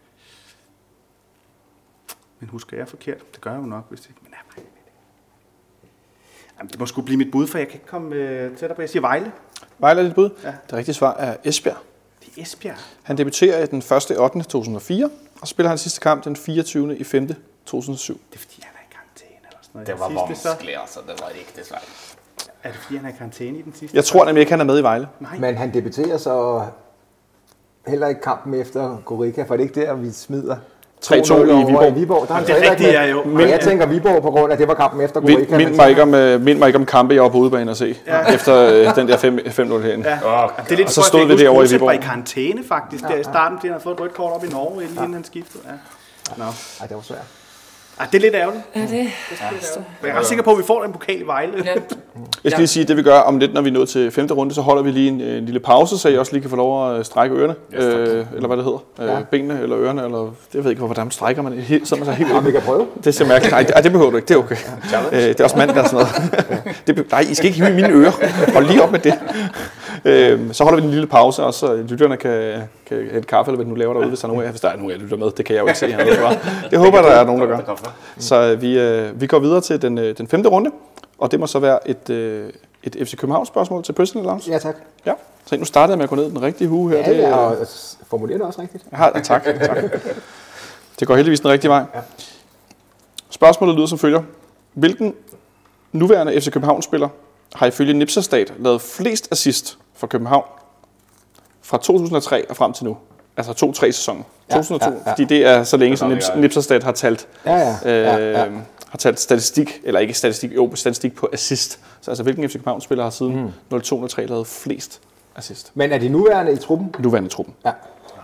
Men husker jeg forkert? Det gør jeg jo nok, hvis det ikke... Men nej, jamen, det må sgu blive mit bud, for jeg kan ikke komme øh, tættere på. Jeg siger Vejle. Vejle er dit bud. Ja. Det rigtige svar er Esbjerg. Det er Esbjerg. Han debuterer i den første ottende to tusind og fire og spiller hans sidste kamp den fireogtyvende femte to tusind og syv. Det er fordi, han er i karantæne eller sådan noget. Det var Den sidste, så- vanskelig, altså. Det var rigtig svært. Er det fordi, han er i karantæne i den sidste? Jeg tror nemlig ikke, han er med i Vejle. Nej. Men han debuterer så heller ikke kampen efter Gorica, for det er ikke der, vi smider tre to i Viborg. I Viborg. Der er det er rigtigt, ja, jo. Men jeg tænker Viborg på grund af, at det var kampen efter Gorica. Mind mig ikke om, uh, mind mig ikke om kampe, jeg var på udebane at se. Ja. Efter uh, den der fem nul herinde. Ja. Oh, det er lidt, og så stod vi derovre i Viborg. var i karantæne faktisk, der i starten, fordi han havde fået et rødt kort op i Norge, inden ja. han skiftede. Ja. Nå. Ej, det var svært. Ej, det er lidt ærgerligt. Ja, det, det er ja. Jeg er ret sikker på, at vi får den pokal i Vejle. Ja. Jeg skal lige sige, at det vi gør om lidt, når vi er nået til femte runde, så holder vi lige en, en lille pause, så I også lige kan få lov at strække ørerne, yes, øh, eller hvad det hedder, ja. øh, benene eller ørerne, eller jeg ved ikke, hvordan strækker man det, så man så helt. Ja, vi kan prøve. Det ser mærkeligt. Nej, det, det behøver du ikke. Det er okay. Ja. Øh, det er også mandag og sådan noget. det, nej, I skal ikke hive mine ører. Hold lige op med det. Øh, så holder vi en lille pause, og så lytterne kan, kan hente kaffe, eller hvad du nu laver derude, hvis der er nogen af, hvis der er nogen, jeg lytter med. Det kan jeg jo ikke se hernede. Det håber der er nogen, der gør. Så vi, øh, vi går videre til den, øh, den femte runde, og det må så være et, øh, et F C København spørgsmål til Personal Lounge. Ja, tak. Ja. Så nu starter jeg med at gå ned i den rigtige hue her. Ja, det, og formulerer det også rigtigt. Ja, tak, tak. Det går heldigvis den rigtige vej. Ja. Spørgsmålet lyder som følger. Hvilken nuværende F C København-spiller har ifølge Nipser-stat lavet flest assist for København fra to tusind og tre og frem til nu? Altså to-tre sæsoner. Ja, to tusind og to, ja, ja. Fordi det er så længe, som Nipser-stat har talt, ja, ja. Ja, ja. Øh, har talt statistik, eller ikke statistik, jo, statistik på assist. Så altså, hvilken F C København-spiller har siden mm. nul to nul tre lavet flest assist? Men er de nuværende i truppen? Nuværende i truppen. Ja.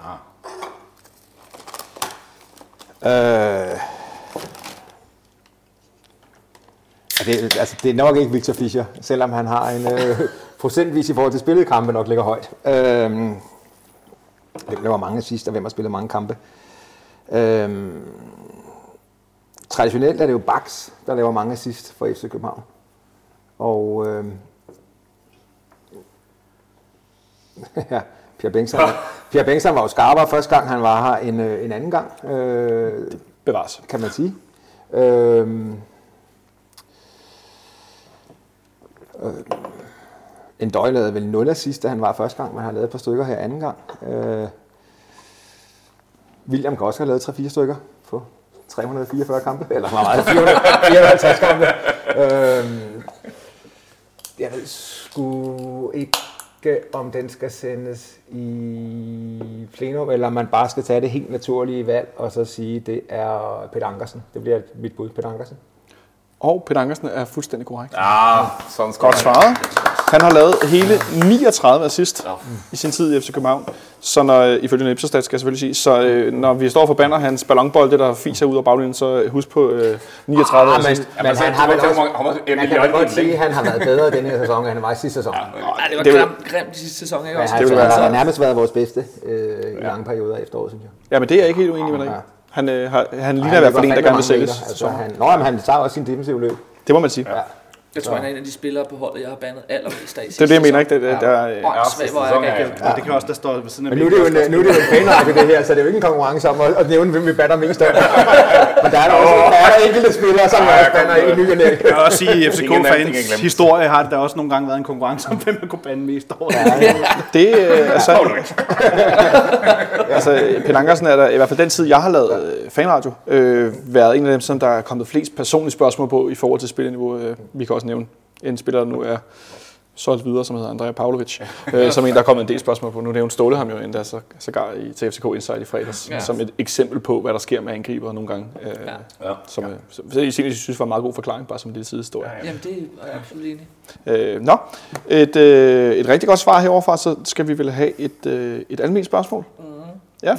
Øh... Det, altså, det er nok ikke Victor Fischer, selvom han har en øh, procentvis i forhold til spillede kampe nok ligger højt. Øh, hvem laver mange assist, og hvem har spillet mange kampe? Øh, traditionelt er det jo Bax, der laver mange assist for F C København. Og øh, ja, Pierre Bengtsson, Pierre Bengtsson var jo skarpere første gang, han var her en, en anden gang. Øh, Bevares. Kan man sige. Øh, Øh, en døj lavede vel nul assist, da han var første gang, men han har lavet et par stykker her anden gang. Øh, William kan også have lavet tre-fire stykker på tre hundrede og fireogfyrre kampe, eller meget, fire hundrede og fireoghalvtreds kampe. Øh, jeg ved sgu ikke, om den skal sendes i plenum, eller man bare skal tage det helt naturlige valg, og så sige, det er Peter Ankersen. Det bliver mit bud, Peter Ankersen. Og Peter Ankersen er fuldstændig korrekt. Ja, sådan skal godt svaret. Han har lavet hele niogtredive assist ja. i sin tid i F C København. Så når, ifølge Nipser-stat skal jeg selvfølgelig sige, så øh, når vi står for banner hans ballonbold, det der fiser ud af baglinjen, så husk på øh, niogtredive ah, assist. Men, men, men han har vel også, man kan godt sige, at han har været bedre denne her sæson, end han var i sidste sæson. Ja, det var det grimt grim de sidste sæson, ikke også? Han har altså, nærmest været vores bedste øh, i lange perioder efteråret, synes jeg. Ja, men det er jeg ikke helt uenig med dig. Han, øh, har, han ligner i hvert fald en, der gerne vil sælges. Altså, han, nå, men han tager også sin defensive løb. Det må man sige. Ja. Jeg tror, han er en af de spillere på holdet, jeg har bandet allermest af. Det er det, jeg mener, ikke? Det, det, ja. der, ja. Svag, hvor jeg ja. Det kan også, der står ved siden af. Men nu er det jo en, nu er det jo en fanrække, det her, så det er jo ikke en konkurrence om at, at nævne, hvem vi batter mest af. Men der er der også der er enkelte spillere, som også bander i ny og næ. Jeg vil også sige, at F C K-fans historie har det der også nogle gange været en konkurrence om, hvem man kunne bande mest over. Det er sandt. Altså, Peter Ankersen er der, i hvert fald den tid, jeg har lavet fanradio, øh, været en af dem, som der er kommet flest personlige spørgsmål på i forhold til spilleniveau. Vi kan også nævne en spiller, der nu er solgt videre, som hedder Andrea Pavlovic, øh, som en, der er kommet en del spørgsmål på. Nu nævnte Ståle ham jo endda så, sågar i T F C K Insight i fredags, ja. som et eksempel på, hvad der sker med angriber nogle gange. Øh, ja. Som, ja. som jeg synes var en meget god forklaring, bare som en lille sidehistorie. Ja, jamen, det er jeg absolut enig. Øh, nå, et, øh, et rigtig godt svar heroverfra, så skal vi vel have et, øh, et almindeligt spørgsmål. Mm. Ja.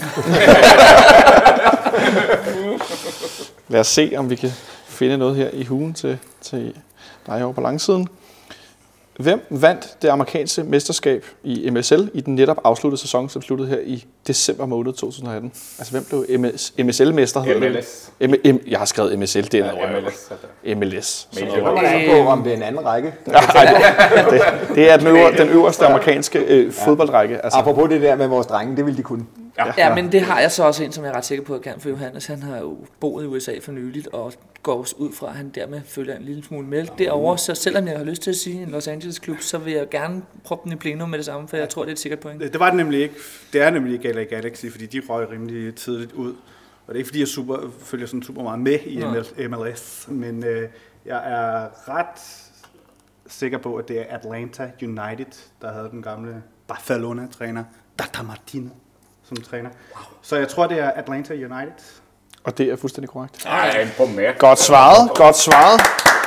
Lad os se, om vi kan finde noget her i hugen til, til dig over på langsiden. Hvem vandt det amerikanske mesterskab i M S L i den netop afsluttede sæson, som sluttede her i december måned to tusind og atten? Altså, hvem blev M S L-mester? M L S. M- M- jeg har skrevet M S L, det er ja, M L S. M L S. Så det er på, om det er en anden række. Nej, det, det er den, øver, den øverste amerikanske øh, fodboldrække. Altså. Apropos det der med vores drenge, det ville de kunne. Ja. ja, men det har jeg så også en, som jeg er ret sikker på, at jeg kan, for Johannes, han har jo boet i U S A for nyligt, og går også ud fra, at han dermed følger en lille smule med derovre. Så selvom jeg har lyst til at sige en Los Angeles klub, så vil jeg gerne proppe den i plenum med det samme, for jeg tror, det er et sikkert point. Det, det var det nemlig ikke. Det er nemlig ikke L A Galaxy, fordi de røg rimelig tidligt ud. Og det er ikke, fordi jeg super, følger sådan super meget med i M L S, men øh, jeg er ret sikker på, at det er Atlanta United, der havde den gamle Barcelona-træner, Tata Martino, som træner. Wow. Så jeg tror, det er Atlanta United. Og det er fuldstændig korrekt. Jeg er imponeret. Godt svaret, godt svaret.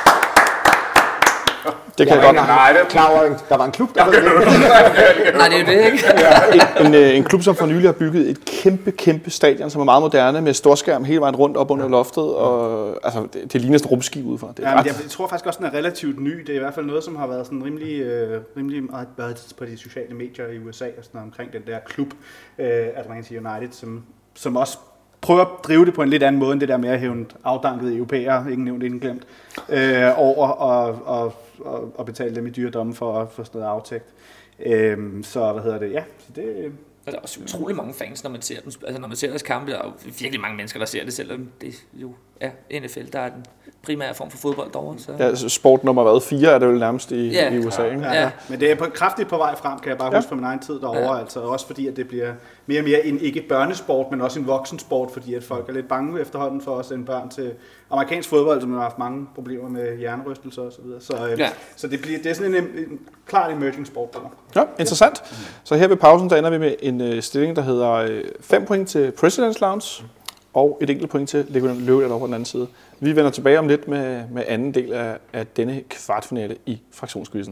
Det kan jeg jeg godt. Nej, det er klar over, der var en klub, der var det. Nej, det er jo det, ikke? En, en, en klub, som for nylig har bygget et kæmpe, kæmpe stadion, som er meget moderne, med storskærm hele vejen rundt op under loftet, og altså, det, det ligner et rumskib udefra. Det er ja, ret... jeg, jeg tror faktisk også, den er relativt ny. Det er i hvert fald noget, som har været sådan rimelig, øh, rimelig meget været på de sociale medier i U S A og sådan noget, omkring den der klub, øh, Atlanta United, som, som også prøver at drive det på en lidt anden måde, end det der med at hæve afdankede europæere, ingen nævnt, ingen glemt, øh, over og, og, og, og betale dem i dyre domme for at få sådan noget aftægt. Øh, så hvad hedder det? Ja, så det... Der er også utrolig mange fans, når man ser dem. Altså, når man ser deres kampe, der er jo virkelig mange mennesker, der ser det, selvom det jo er N F L, der er den primære form for fodbold derovre. Så. Ja, sport nummer hvad? Fire er det vel nærmest i, ja. i U S A, ikke? Ja, ja. Men det er på, kraftigt på vej frem, kan jeg bare ja. huske fra min egen tid derovre. Ja. Altså, også fordi, at det bliver mere og mere en ikke børnesport, men også en voksensport, fordi at folk er lidt bange efterhånden for at sende børn til amerikansk fodbold, som har haft mange problemer med hjernerystelser og så videre. Så, øh, ja. så det, bliver, det er sådan en, en klart emerging sport. Der. Ja, interessant. Så her ved pausen, der ender vi med en øh, stilling, der hedder fem point til President's Lounge, og et enkelt point til Legoland Løvland over på den anden side. Vi vender tilbage om lidt med, med anden del af, af denne kvartfinale i fraktionsquizzen.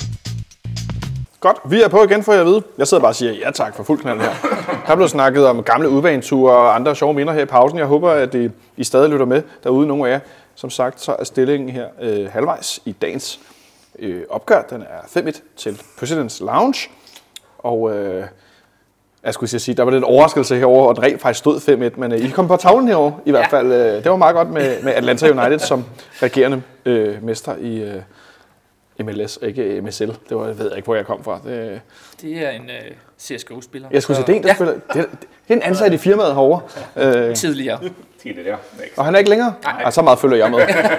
Godt, vi er på igen, for jeg ved. Jeg sidder bare og siger ja tak for fuld knald her. Der er blevet snakket om gamle udbaneture og andre sjove minder her i pausen. Jeg håber, at I, I stadig lytter med derude, nogle af jer. Som sagt, så er stillingen her øh, halvvejs i dagens øh, opgør. Den er fem et til President's Lounge. Og øh, jeg skulle sige, der var lidt overraskelse herover, og den rent faktisk stod fem et, men øh, I kom på tavlen herover i hvert fald. Øh, det var meget godt med, med Atlanta United som regerende øh, mester i øh, M L S, ikke M S L. Det var, jeg ved ikke, hvor jeg kom fra. Det, det er en øh, C S G O-spiller. Jeg skulle sige, det er en, der ja. spiller. Det er, det er en ansat i firmaet herovre. Øh, Tidligere. Tidligere. Og han er ikke længere? Nej. Ej, så meget følger jeg med.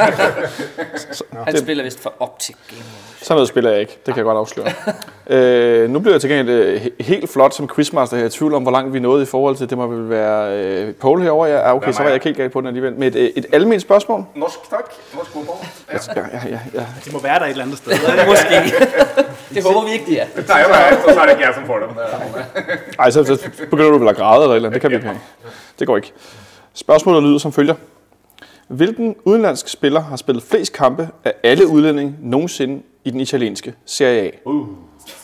så, han det, spiller vist for Optic Gaming. Sådan noget spiller jeg ikke, det kan jeg godt afsløre. øh, nu bliver jeg til gengæld helt flot som quizmaster her i tvivl om, hvor langt vi nåede i forhold til, det må vel være øh, Paul herovre. Ja, okay, så var jeg ikke helt galt på den alligevel. Med et, et almindeligt spørgsmål. Norsk tak. Norsk fodbold. Ja. Ja, ja, ja, ja. De må være der et eller andet sted. Måske. Det håber vi ikke, de er. Det er jo mig, så er det ikke jeg, som får dem. Ej, så, så begynder du vel at græde eller et eller andet. Det kan vi ikke have. Det går ikke. Spørgsmålet lyder som følger. Hvilken udenlandsk spiller har spillet flest kampe af alle udlændinge nogensinde i den italienske Serie A? Uh. Uh.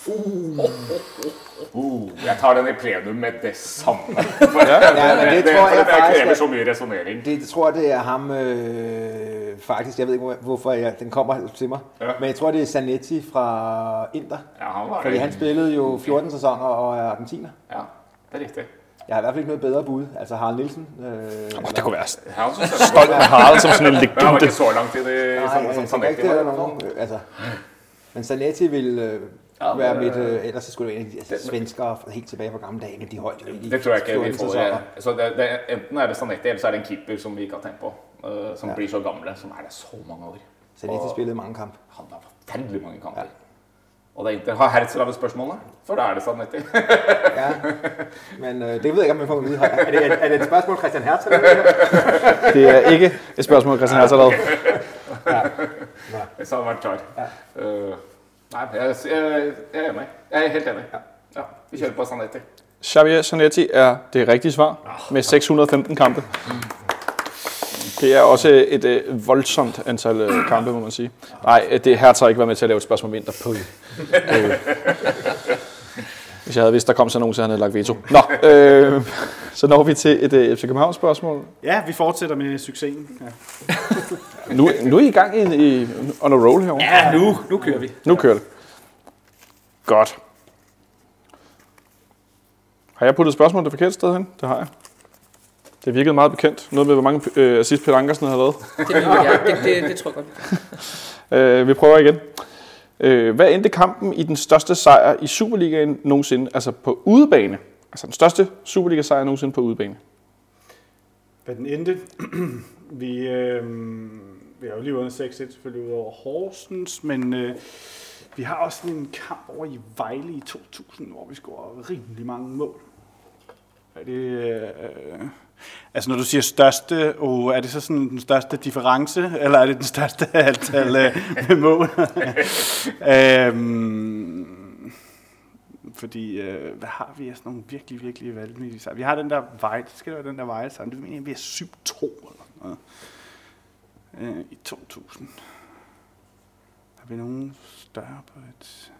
Uh. Jeg tager den i plenum med det samme. ja, ja, men det, det tror jeg, jeg faktisk, kræver så mye resonering. Det, det tror jeg, det er ham øh, faktisk. Jeg ved ikke, hvorfor jeg, den kommer til mig. Ja. Men jeg tror, det er Zanetti fra Inter. Ja, han var fordi han spillede jo fjorten sæsoner og er argentiner. Ja, det er rigtigt. Jeg har i hvert fald ikke noget bedre bud. Altså Harald Nielsen. Øh, oh, det kunne være stolt af Harald som sådan en legende. Jeg var ikke så langt i det, nej, som, som Zanetti var. Nogen, altså, men Zanetti vil øh, ja, være mit... Øh, ellers så skulle det være en af de altså, svenskere helt tilbage fra gamle dage, men de holdt jo egentlig. Det tror jeg ikke vi får. Ja. Så det, det, enten er det Zanetti, eller så er det en keeper, som vi ikke har tænkt på. Uh, som ja. bliver så gamle, som er der så mange år. Zanetti spillede mange kampe. Han har forfærdelig mange kampe. Ja. Og det er ikke har Herzl av spørgsmålet, for da er det Zanetti. ja, men øh, det ved jeg ikke, om jeg får at vide. Er det, er, er det et spørgsmål, Christian Herzl? Det er ikke et spørgsmål, Christian Herzl. Okay. ja. Så har det vært klart. Ja. Uh, nej, jeg, jeg, jeg er med. Jeg er helt enig. Ja. Ja, vi kører på Zanetti. Javier Zanetti er det rigtige svar med seks hundrede og femten kampe. Det er også et øh, voldsomt antal øh, kampe, må man sige. Nej, det her tager ikke været med til at lave et spørgsmål mindre på. øh. Hvis jeg havde vidst, der kom så nogen, så han havde lagt veto. Nå, øh, så når vi til et øh, F C København spørgsmål. Ja, vi fortsætter med succesen. Ja. nu, nu er I i gang i, i on a roll herovre. Ja, nu, nu kører vi. Nu kører det. Godt. Har jeg puttet spørgsmålet det forkerte sted hen? Det har jeg. Det virkede meget bekendt. Noget med, hvor mange øh, assist Peter Ankersen har lavet. Det, ja, det, det, det tror jeg godt. øh, vi prøver igen. Øh, hvad endte kampen i den største sejr i Superligaen nogensinde? Altså på udebane. Altså den største Superliga-sejr nogensinde på udebane. Hvad den endte? vi, øh, vi har jo lige vundet seks et selvfølgelig ud over Horsens, men øh, vi har også en kamp over i Vejle i to tusind, hvor vi scorede rimelig mange mål. Er det, øh, altså når du siger største, oh, er det så sådan den største difference, eller er det den største antal øh, mål? øhm, fordi, øh, hvad har vi af sådan nogle virkelig, virkelig valgmæssige sejre? Vi har den der Vejle, det skal være den der Vejle sejr. Det mener jeg, vi er syv to eller noget. Øh, i to tusind. Har vi nogen større på et...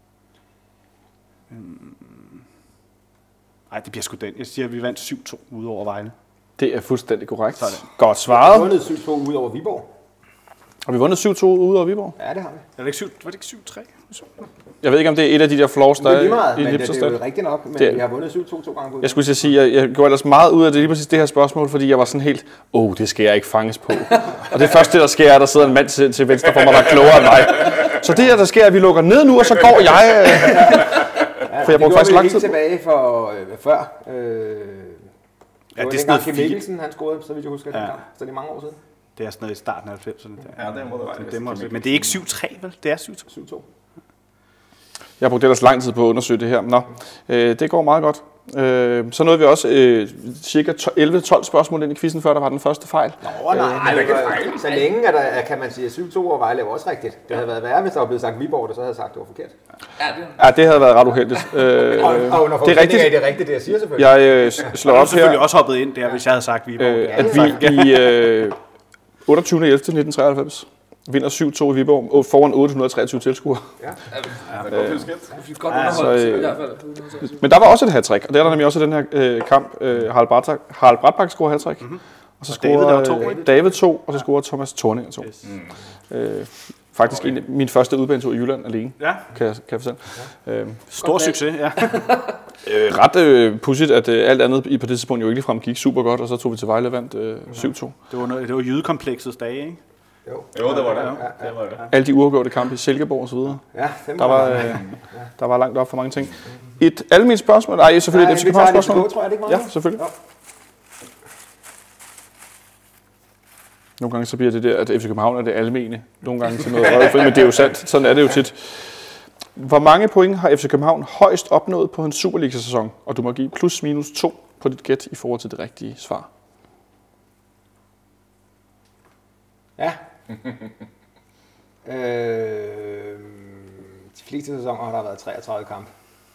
Øhm... Ej, det bliver sgu den. Jeg siger, at vi vandt syv to ude over Vejle. Det er fuldstændig korrekt. Sådan. Godt Vi svaret. har vundet syv to ud over Viborg. Har vi vundet syv to ude over Viborg? Ja, det har vi. Er det ikke syv, var det ikke syv tre? Jeg ved ikke, om det er et af de der flaws, der Det er lige meget, i men det, det er Lipserstad. jo rigtigt nok, men Det- vi har vundet syv to to gange på. Jeg skulle til at sige, at jeg, jeg gjorde ellers meget ud af det lige præcis det her spørgsmål, fordi jeg var sådan helt, åh, oh, det skal jeg ikke fanges på. Og det første, der sker, er, at der sidder en mand til, til venstre for mig, der er klogere end mig. Så det her, der sker, er, at vi lukker ned nu, og så går jeg... Ja, for jeg brugte faktisk lang tid helt på. tilbage for øh, før. Øh, det Ja, var det er sådan dengang noget Kim fire. Mikkelsen, han scorede, så vidt jeg husker, Ja. ja. Så det er mange år siden. Det er sådan noget i starten af halvfemserne. Der. Ja, det må det være. Det, det må også, men det er ikke syv tre, vel? Det er syv to. syv to. Jeg har brugt ellers lang tid på at undersøge det her. Nå, øh, det går meget godt. Øh, så nåede vi også øh, cirka elleve tolv spørgsmål ind i quizzen, før der var den første fejl. Nå, nej, det er ikke fejl. så længe er der, kan man sige, at syv to over Vejle er jo også rigtigt. Det havde været værre, hvis der var blevet sagt Viborg, der så havde sagt, at det var forkert. Ja, det, Ja, det havde været ret uheldigt. Øh, Og, og under det er forudsætning rigtigt. af, det er rigtigt, det jeg siger selvfølgelig. Jeg øh, s- slår Jeg har op selvfølgelig her, også hoppet ind der, hvis jeg havde sagt Viborg. øh, Ja, at det er vi i øh, otteogtyvende ellevte nitten treoghalvfems vinder syv to i Viborg og foran otte hundrede og treogtyve tilskuere. Det er godt husket. vi fik godt Ja, underholdt så, øh, i hvert fald. Men der var også et hat-trick, og det er der nemlig også i den her øh, kamp. Øh, Harald Brattak, Harald Brattak scorede hat-trick, mm-hmm. og så Og David, der var scorede to, øh, ikke? David to, og så scorede Thomas Thorninger to. Yes. Øh, faktisk en, af- min første udbanetur i Jylland alene, Ja, kan jeg, kan jeg fortælle. Øh, stor succes, ja. øh, ret øh, pudsigt, at øh, alt andet i på det tidspunkt jo ikke ligefrem gik super godt, og så tog vi til Vejle og vandt øh, syv to. Det var, noget, det var jydekompleksets dage, ikke? Jo, Jo, det var det. Ja, Det var det. Alle de uafgjorte kampe i Silkeborg og så videre. ja, dem Der var, øh, der var langt op for mange ting. Et almindeligt spørgsmål, nej, selvfølgelig Nej, et F C vi tager København det spørgsmål. på, tror jeg, det ikke meget? Ja, selvfølgelig. Jo. Nogle gange så bliver det der, at F C København er det almene. Nogle gange til noget rødt, men det er jo sandt. Sådan er det jo tit. Hvor mange point har F C København højst opnået på en Superliga-sæson? Og du må give plus minus to på dit gæt i forhold til det rigtige svar. Ja. øh, de fleste sæsoner har der været treogtredive kampe.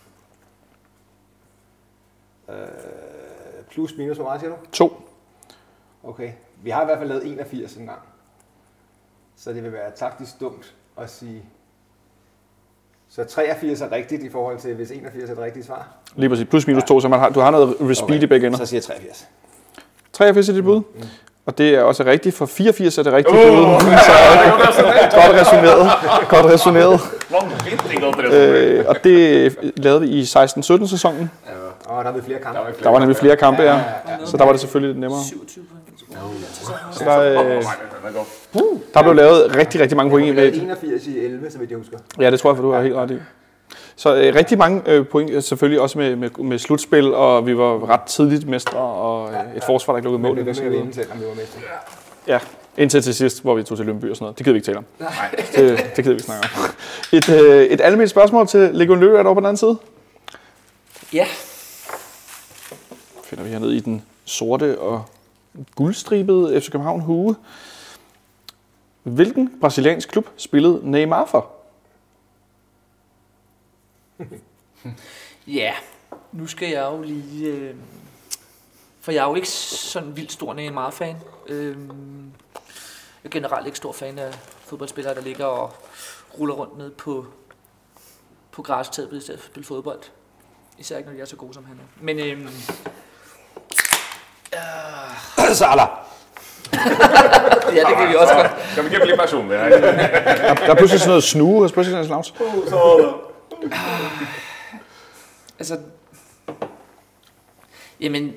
Øh, plus minus, hvor meget siger du? To. Okay. Vi har i hvert fald lavet enogfirs en gang. Så det vil være taktisk dumt at sige... Så treogfirs er rigtigt i forhold til, hvis enogfirs er det rigtige svar. Lige præcis. Plus minus to, så man har, du har noget respeed okay. i begge ender. Så siger jeg treogfirs. treogfirs er dit bud. Mm. Og det er også rigtigt, for fireogfirs er det rigtige bud. Uh, så godt resoneret. Godt resoneret. Vanvittig godt resultat. Øh, og det lavede vi i seksten sytten sæsonen. Og der er flere kampe. Der var nemlig flere kampe, ja. Ja, ja, Så der var det selvfølgelig lidt nemmere. syvogtyve point. Så der, øh, Nej, den er godt. der blev lavet rigtig, rigtig mange Vi point. lavede Med, enogfirs i elleve, så vidt jeg husker. ja, det tror jeg, for du har helt ret i. Så øh, rigtig mange øh, point, selvfølgelig også med, med, med slutspil, og vi var ret tidligt mestre, og øh, et forsvar, der ikke lukkede Men mål. det og så var med at videre. vinde, selvom vi var mestre. Ja, indtil til sidst, hvor vi tog til Lyngby og sådan noget. Det gider vi ikke tale om. Nej. Det, det gider vi ikke snakke om. Et, øh, et almindeligt spørgsmål til Legon Lø er der over på den anden side. Ja, Finder vi hernede i den sorte og guldstribede F C København hue. Hvilken brasiliansk klub spillede Neymar for? ja. Nu skal jeg jo lige... Øh, for jeg er jo ikke sådan vildt stor Neymar-fan. Øh, jeg er generelt ikke stor fan af fodboldspillere, der ligger og ruller rundt ned på, på græstæppet i stedet for at spille fodbold. Især ikke, når de er så gode, som han er. Men... Øh, øh, Salah! ja, det kan vi også godt. Kan vi ikke blive personlige? Der, der er pludselig sådan noget snue hos President's Lounge. Altså... Jamen...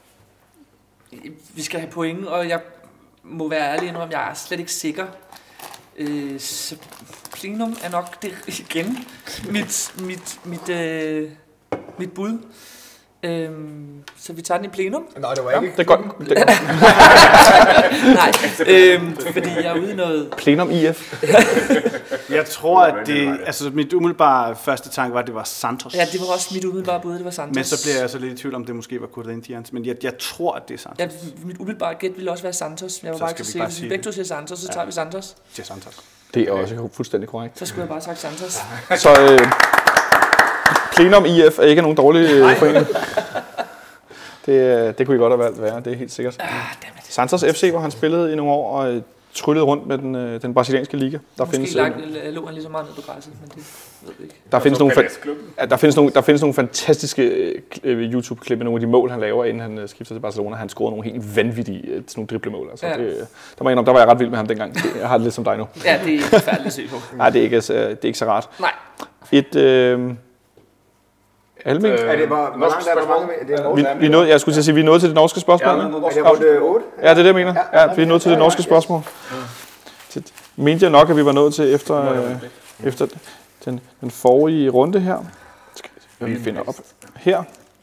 Vi skal have point, og jeg må være ærlig indrømme, jeg er slet ikke sikker. Øh, så plenum er nok det igen mit, mit, mit, øh, mit bud. Øhm, så vi tager den i plenum. Nå, det var Ja, ikke... det er godt. Det er godt. Nej, øhm, fordi jeg er ude i noget... Plenum I F. Jeg tror, at det... Altså, mit umiddelbare første tanke var, at det var Santos. Ja, det var også mit umiddelbare bud, det var Santos. Men så bliver jeg så lidt i tvivl om, det måske var Corinthians. Men jeg, jeg tror, at det er Santos. Ja, mit umiddelbare gæt ville også være Santos. Jeg var Så bare skal ikke vi så bare sikker. Hvis vi sige begge det. to siger Santos, så Ja. tager vi Santos. Det er Santos. Det er også fuldstændig korrekt. Så skulle jeg bare have sagt Santos. Så øh, Plenum I F er ikke nogen dårlig øh, forening. Det, det kunne I godt have valgt være, det er helt sikkert. Ah, Santos F C, hvor han spillede i nogle år og tryllede rundt med den, øh, den brasilianske liga. Der Måske findes, langt, lå han lige så meget ned på græsset, men det ved vi ikke. Der findes, nogle, ja, der, findes nogle, der findes nogle fantastiske øh, YouTube-klip med nogle af de mål, han laver, inden han øh, skifter til Barcelona. Han scorede nogle helt vanvittige øh, sådan nogle driblemål. Altså, ja. det, der, var der var jeg ret vild med ham dengang. Det, jeg har det lidt som dig nu. Ja, det er forfærdeligt at se på. Nej, det er ikke, det er ikke så rart. Nej. Et... Øh, Alming? Er det hvor, hvor langt er der mange med? Det er vi, vi nåede, jeg skulle til at sige, vi er nået til det norske spørgsmål. Ja, er det rundt otte? Ja, det er det, jeg mener. Ja, vi er nået til det norske spørgsmål. Det mente jeg nok, at vi var nået til efter, øh, efter den, den forrige runde her. Skal vi finder op her.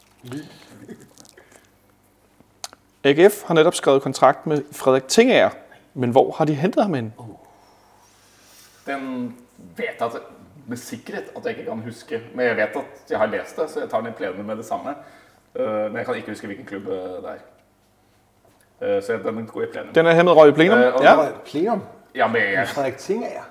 A G F har netop skrevet kontrakt med Frederik Tingager, men hvor har de hentet ham hen? Den vet jeg at, med sikkerhed, at jeg ikke kan huske, men jeg vet at jeg har læst det, så jeg tager den i plenum med det samme. Uh, men jeg kan ikke huske, hvilken klub uh, der er. Uh, så den går i plenum. Den er hemmet røg i plenum? Uh, ja. Plenum? Ja, men jeg... Frederik Tingager.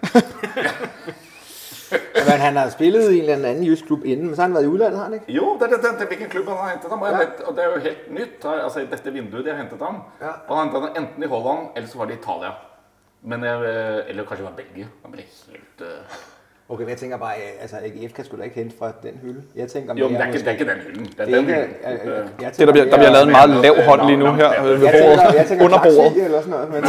Men han har spillet i en eller anden jysk klub inden, men så har han været i udlandet, har han ikke? Jo, det er det, det, hvilken klub han har hentet ham, og, ja. vet, og det er jo helt nyt, altså i dette vinduet de har hentet ham. Ja. Og han hentet ham enten i Holland, eller så var det i Italia. Men, eller kanskje det var Belgia. Han ble helt... Uh... Okay, men jeg tænker bare, altså A G F kan sgu da ikke hente fra den hylde. Jeg tænker, jo, men det er, ikke, det er ikke den hylden. Det er det den ikke, hylden. Jeg, jeg, jeg det, der bliver, der bliver lavet en meget lav hånd lige nu her ved bordet, under bordet. Eller sådan noget, men...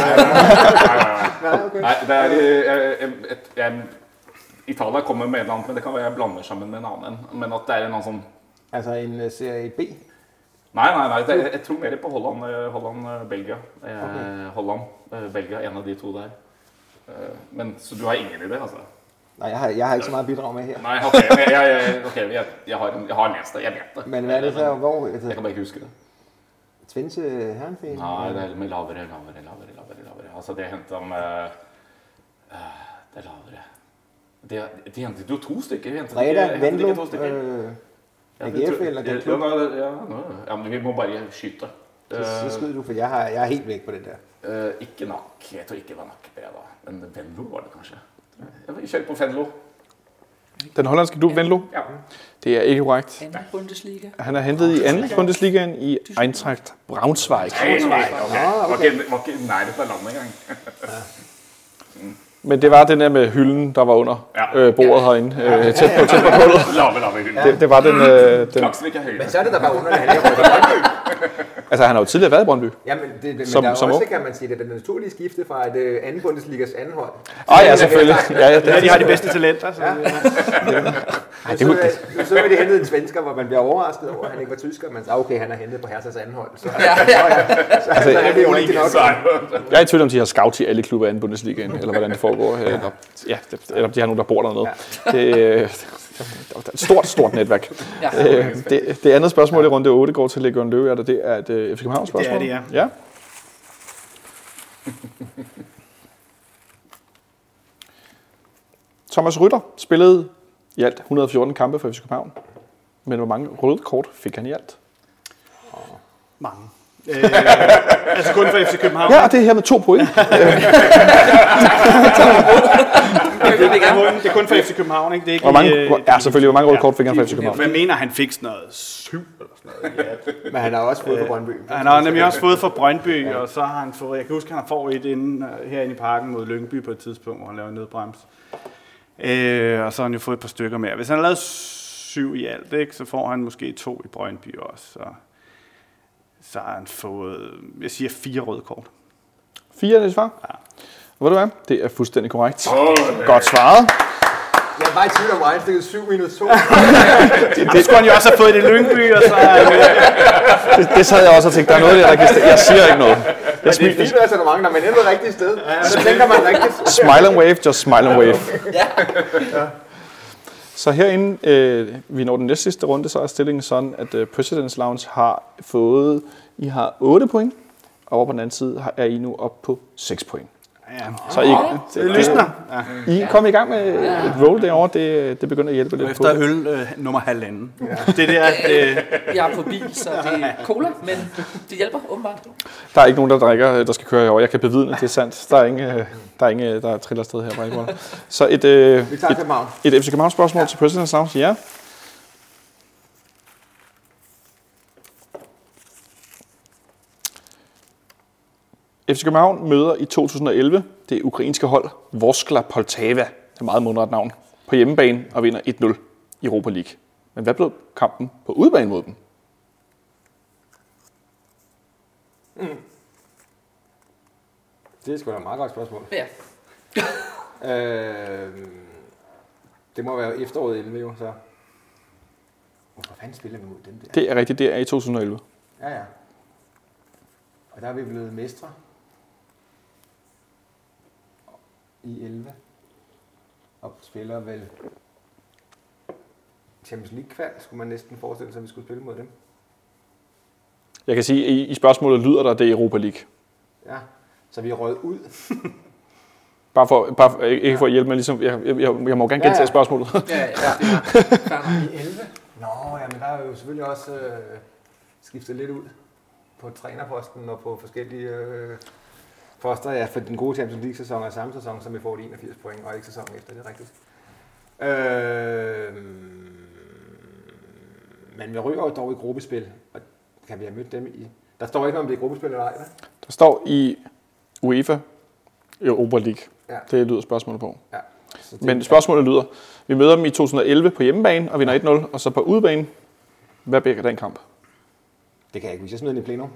Nej, det er et... Italia kommer med et eller andet, men det kan være, jeg blander sammen med en annen. Men at det er en annen sånn... Altså en serie B? Nei, nei, nei. Det, jeg tror mer på Holland, Holland Belgia. Okay. Holland, Belgia, en av de to der. Men, så du har ingen idé, altså? Nej, jeg har, jeg har ikke så meget bidrag med her. Nej, okay, jeg, jeg, okay, jeg, jeg, har, jeg har læst det, jeg vet det. Men hvad er det så, hvor? Jeg kan bare ikke huske det. Tvinse Herrenfeen? Nej, det er med lavere, lavere, lavere, lavere, lavere. Altså, det hentet om... Uh, det er lavere. De, de hentet jo to stykker. Reda, Venlo, øh, A G F eller den klub? Ja, ja, men vi må bare skyte. Så skyder du, for jeg, har, jeg er helt væk på det der. Uh, ikke nok. Jeg tror ikke det var nok bedre da. Men Venlo var det kanskje. Jeg kjører på Venlo. Den hollandske klub Venlo? Ja. Det er ikke korrekt. Anden Bundesliga. Han er hentet i anden Bundesligaen i Eintracht Braunschweig. Braunschweig, okay. Ah, okay. Var ikke nærmest af landet engang. mm. Men det var den der med hylden, der var under ja. øh, bordet ja. herinde, øh, tæt på, tæt på kullet. Lave, lave hylden. Det, det var den... Øh, den men så er det der bare under, at han er på Brøndby. Altså, han har jo tidligere været i Brøndby. Ja, men, det, men som, der er som også, kan man sige, det er den naturlige skifte fra et uh, anden Bundesligas anden hold. Åh oh, ja, selvfølgelig. Ja, ja, ja, de har de bedste talenter. Så. Ja. Ej, så, så, så er de hentet en svensker, hvor man bliver overrasket over, at han ikke var tysker, men så okay, han er hentet på Herthas anden hold. Så, ja, ja. så, altså, så er det jo rigtig nok. Jeg er i tvivl om, de har scout i alle klubber i anden Bundesligaen, eller hvordan det foregår. Ja. Eller, ja, eller de har nogen, der bor dernede. Ja. Det, det er et stort, stort netværk. Ja. Øh, det, det andet spørgsmål i runde otte går til Legion Løve, og det er et uh, F C København spørgsmål. Det er det, ja. ja. Thomas Rytter spillede i alt et hundrede og fjorten kampe for F C København. Men hvor mange røde kort fik han i alt? Mange. Øh, altså kun for F C København? Ja, det er her med to point. det, det er kun for F C København, ikke? Det er ikke hvor mange, øh, ja, selvfølgelig. Hvor mange røde kort fik han for F C København? Jeg mener, han fik sådan noget syv eller sådan noget. Ja. Men han har også fået for Brøndby. Han har nemlig også fået for Brøndby, ja. Og så har han fået, jeg kan huske, han har fået et inden, herinde i parken mod Lyngby på et tidspunkt, hvor han laver en nødbrems. Øh, og så har han jo fået et par stykker mere. Hvis han har lavet syv i alt, ikke, så får han måske to i Brøndby også. Så, så har han fået, jeg siger, fire røde kort. Fire er det svar? Ja. Og ved du hvad? Det er fuldstændig korrekt. Oh, godt svaret. Jeg er bare i tvivl om regnstykket syv minus to. det, det skulle han jo også have fået i Lyngby, og så... det, det sad jeg også og tænkte, der er noget der, der kan stille. Jeg siger ikke noget. Jeg det er fint, altså, når man ender det rigtige sted. Så tænker man rigtigt. Smile and wave, just smile and wave. ja. Så herinde, øh, vi når den næste sidste runde, så er stillingen sådan, at øh, President's Lounge har fået, I har otte point, og over på den anden side er I nu op på seks point. Ja. Så I, det lysner. I er kommet i gang med et roll derovre, det, det begynder at hjælpe lidt efter på. Efter øl øh, nummer halvanden. Ja. Det der, det... Jeg er på bil, så det er cola, men det hjælper åbenbart. Der er ikke nogen, der drikker, der skal køre herovre. Jeg kan bevidne, det er sandt. Der er ingen, der er ingen, der triller afsted her. Så et, øh, et, et F C København spørgsmål ja. til President's Lounge. Ja. F C København møder i to tusind og elleve det ukrainske hold Vorskla Poltava, det er et meget mundret navn, på hjemmebane og vinder et nul i Europa League. Men hvad blev kampen på udebane mod dem? Mm. Det er sgu da et meget godt spørgsmål. Ja. øh, det må være efteråret elleve jo, så. Hvorfor fanden spiller vi mod dem der? Det er rigtigt, det er i to tusind og elleve. Ja, ja. Og der er vi blevet mestre. I elleve. Og spiller vel Champions League-kval, skulle man næsten forestille sig, at vi skulle spille mod dem. Jeg kan sige, at i, i spørgsmålet lyder der, det er Europa League. Ja, så vi er røget ud. Bare for, bare for, ikke for at hjælpe mig, ligesom, jeg, jeg, jeg må gerne gentage ja, ja. spørgsmålet. Ja, ja. I elleve? Nå, ja, men der er jo selvfølgelig også øh, skiftet lidt ud på trænerposten og på forskellige øh, poster. Ja, for den gode Champions League-sæson er samme sæson, som vi får de enogfirs point, og ikke sæsonen efter, det er rigtigt. Øh, men vi ryger jo dog i gruppespil, og kan vi have mødt dem i... Der står ikke noget om det er gruppespil eller ej, hvad? Der står i UEFA Europa League. Ja. Det lyder spørgsmålet på. Ja. Det, Men spørgsmålet lyder, vi møder dem i to tusind og elleve på hjemmebane og vinder et nul, og så på udebane. Hvad bliver den kamp? Det kan jeg ikke, hvis jeg smider den i plenum.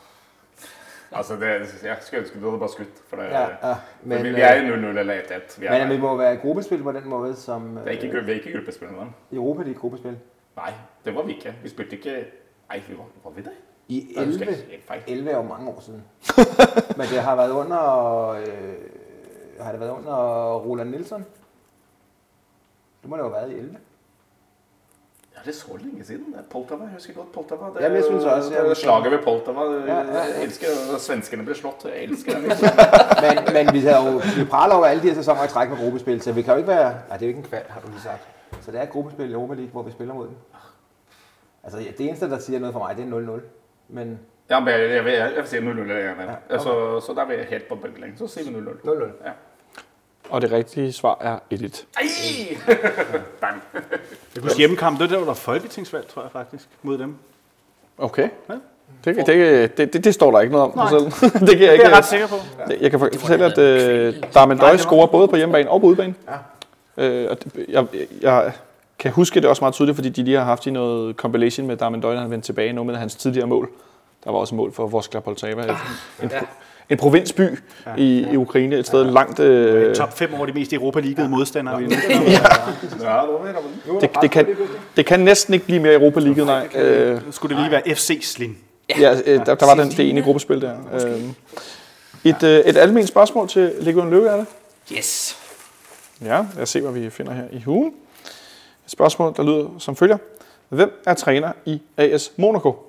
Altså, det, jeg skulle ønske, du hadde bare skutt, for det, Ja, ja, men, for vi, vi er i nul nul eller et et. Vi er men vi må være i gruppespil på den måde, som... Det er ikke, vi er ikke i gruppespil med dem. Europa League gruppespil. Nej, det var vi ikke. Vi spilte ikke... Ej, vi var, var vi det? I Jeg husker elleve, ikke helt fejl. elleve er jo mange år siden. Men det har været under... Øh, har det været under Roland Nielsen? Det må det jo have været i elleve. Ja, det er så længe siden. Det er Poltava, jeg husker godt Poltava. Det, Jamen, jeg synes også, det, jeg- det slaget ved Poltava. Ja, ja, ja. Jeg elsker at svenskerne bliver slået. Jeg elsker det. Men, men vi, har jo, vi praler over alle de her sæsoner i træk med gruppespil, så vi kan jo ikke være... Nej, det er jo ikke en kval, har du lige sagt. Så det er et gruppespil i Europa League, hvor vi spiller mod dem. Altså, det eneste, der siger noget for mig, det er nul nul. Men Ja, men jeg, jeg, vil, jeg vil sige nul nul. Ja, men. Ja, Ja, så, så der vil jeg helt på bølgelængde. Så siger vi nul nul. nul nul. Ja. Og det rigtige svar er et et. Ej! Bang. Jeg husker hjemmekamp, det var der var folketingsvalg, tror jeg faktisk, mod dem. Okay. Ja. Det, det, det, det, det står der ikke noget om. Nej. Selv. det kan jeg Det er ikke. jeg ret sikker på. Jeg kan fortælle, at øh, Darmen Døj scorer både på hjemmebane og på udebane. Ja. Øh, og det, jeg, jeg kan huske det også meget tydeligt, fordi de lige har haft i noget compilation med Darmen Døj, der han vendte tilbage nu med hans tidligere mål. Der var også mål for Vorskla Poltava, en, en, en provinsby ja. i, i Ukraine, et sted ja. langt... Øh, Top fem over de mest Europa League modstandere. Ja. Ja, det var det. det, det, kan, det kan næsten ikke blive mere Europa League, nej. Øh, Skulle det lige være F C Slim? ja, øh, der, der var den, det ene gruppespil der. Øh, et, øh, et almindeligt spørgsmål til Legion Løve, er det? Yes. Ja, lad os se, hvad vi finder her i hugen. Et spørgsmål, der lyder som følger. Hvem er træner i A S Monaco?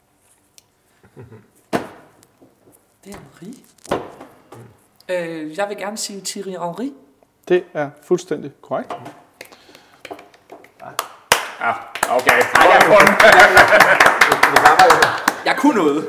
Det er Henri. Øh, jeg vil gerne sige Thierry Henry. Det er fuldstændig korrekt. Ja, okay. Ej, jeg får den. Jeg kunne noget.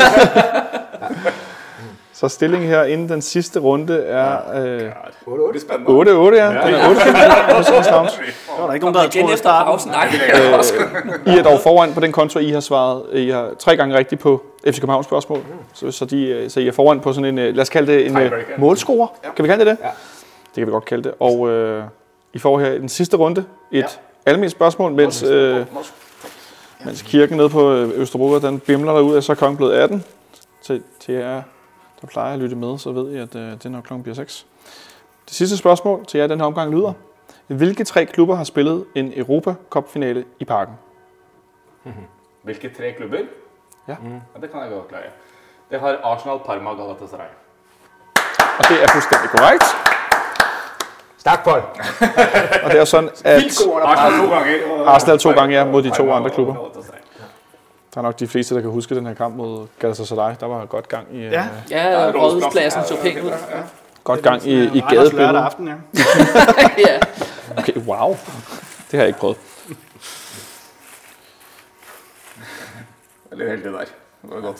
Så stillingen her inden den sidste runde er øh, otte otte. Det er spændende. otte otte, ja. Den er otte fem. Der var der ikke nogen, der havde Igen troet at efter starte. pausen. Nej. I er dog foran på den konto, I har svaret. I har tre gange rigtigt på F C Københavns spørgsmål. Så, så, de, så I er foran på sådan en, lad os kalde det en Tiebreaker. målscorer. Kan vi kalde det det? Ja. Det kan vi godt kalde det. Og øh, I får her i den sidste runde et ja. almindeligt spørgsmål, mens, øh, mens kirken nede på Østerbro, den bimler derud, og så er klokken blevet atten. Til, til jer, der plejer at lytte med, så ved I, at øh, det er når klokken bliver seks. Det sidste spørgsmål til jer den her omgang lyder. Hvilke tre klubber har spillet en Europa Cup-finale i Parken? Hvilke tre klubber? Ja. Ja, det kan jeg godt klare. Det har Arsenal, Parma og Galatasaray. Og det er fuldstændig korrekt. Stak, Paul. Og det er sådan, at Arsenal to gange. og- Arsenal to gange er mod de to Parma andre og klubber. Galatasaray. Der er nok de fleste, der kan huske den her kamp mod Galatasaray. Der var godt gang i, Ja. øh, Ja, Rådhuspladsen så pænt ud. godt gang i, i Randers lørdag gadebilledet. aften, ja. Ja. Okay, wow. Det har jeg ikke prøvet. Veldig heldig der. Det var godt.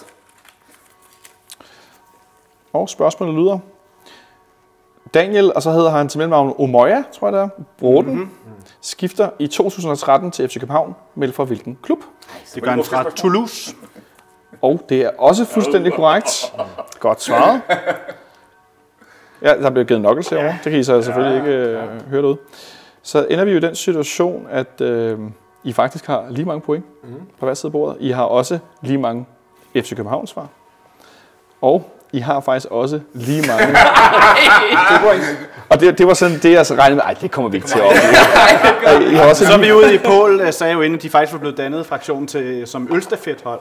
Og spørgsmålet lyder. Daniel, og så hedder han til mellemnavn Omoya, tror jeg det er, Broden, mm-hmm. skifter i to tusind og tretten til F C København, meldt fra hvilken klub? Det gør han fra Toulouse. Og det er også fuldstændig korrekt. Godt svaret. Ja, der bliver givet knuckles herovre. Det kan I så selvfølgelig ikke øh, høre derude. Så ender vi jo i den situation, at øh, I faktisk har lige mange point på hver side af bordet. I har også lige mange F C København svar. Og I har faktisk også lige mange. Og det, det var sådan det, jeg så regnede med. Ej, det kommer vi ikke til at opleve. I har også Så er vi ude i Poul, sagde jo inden, at de faktisk var blevet dannet fraktion til, som ølstafethold.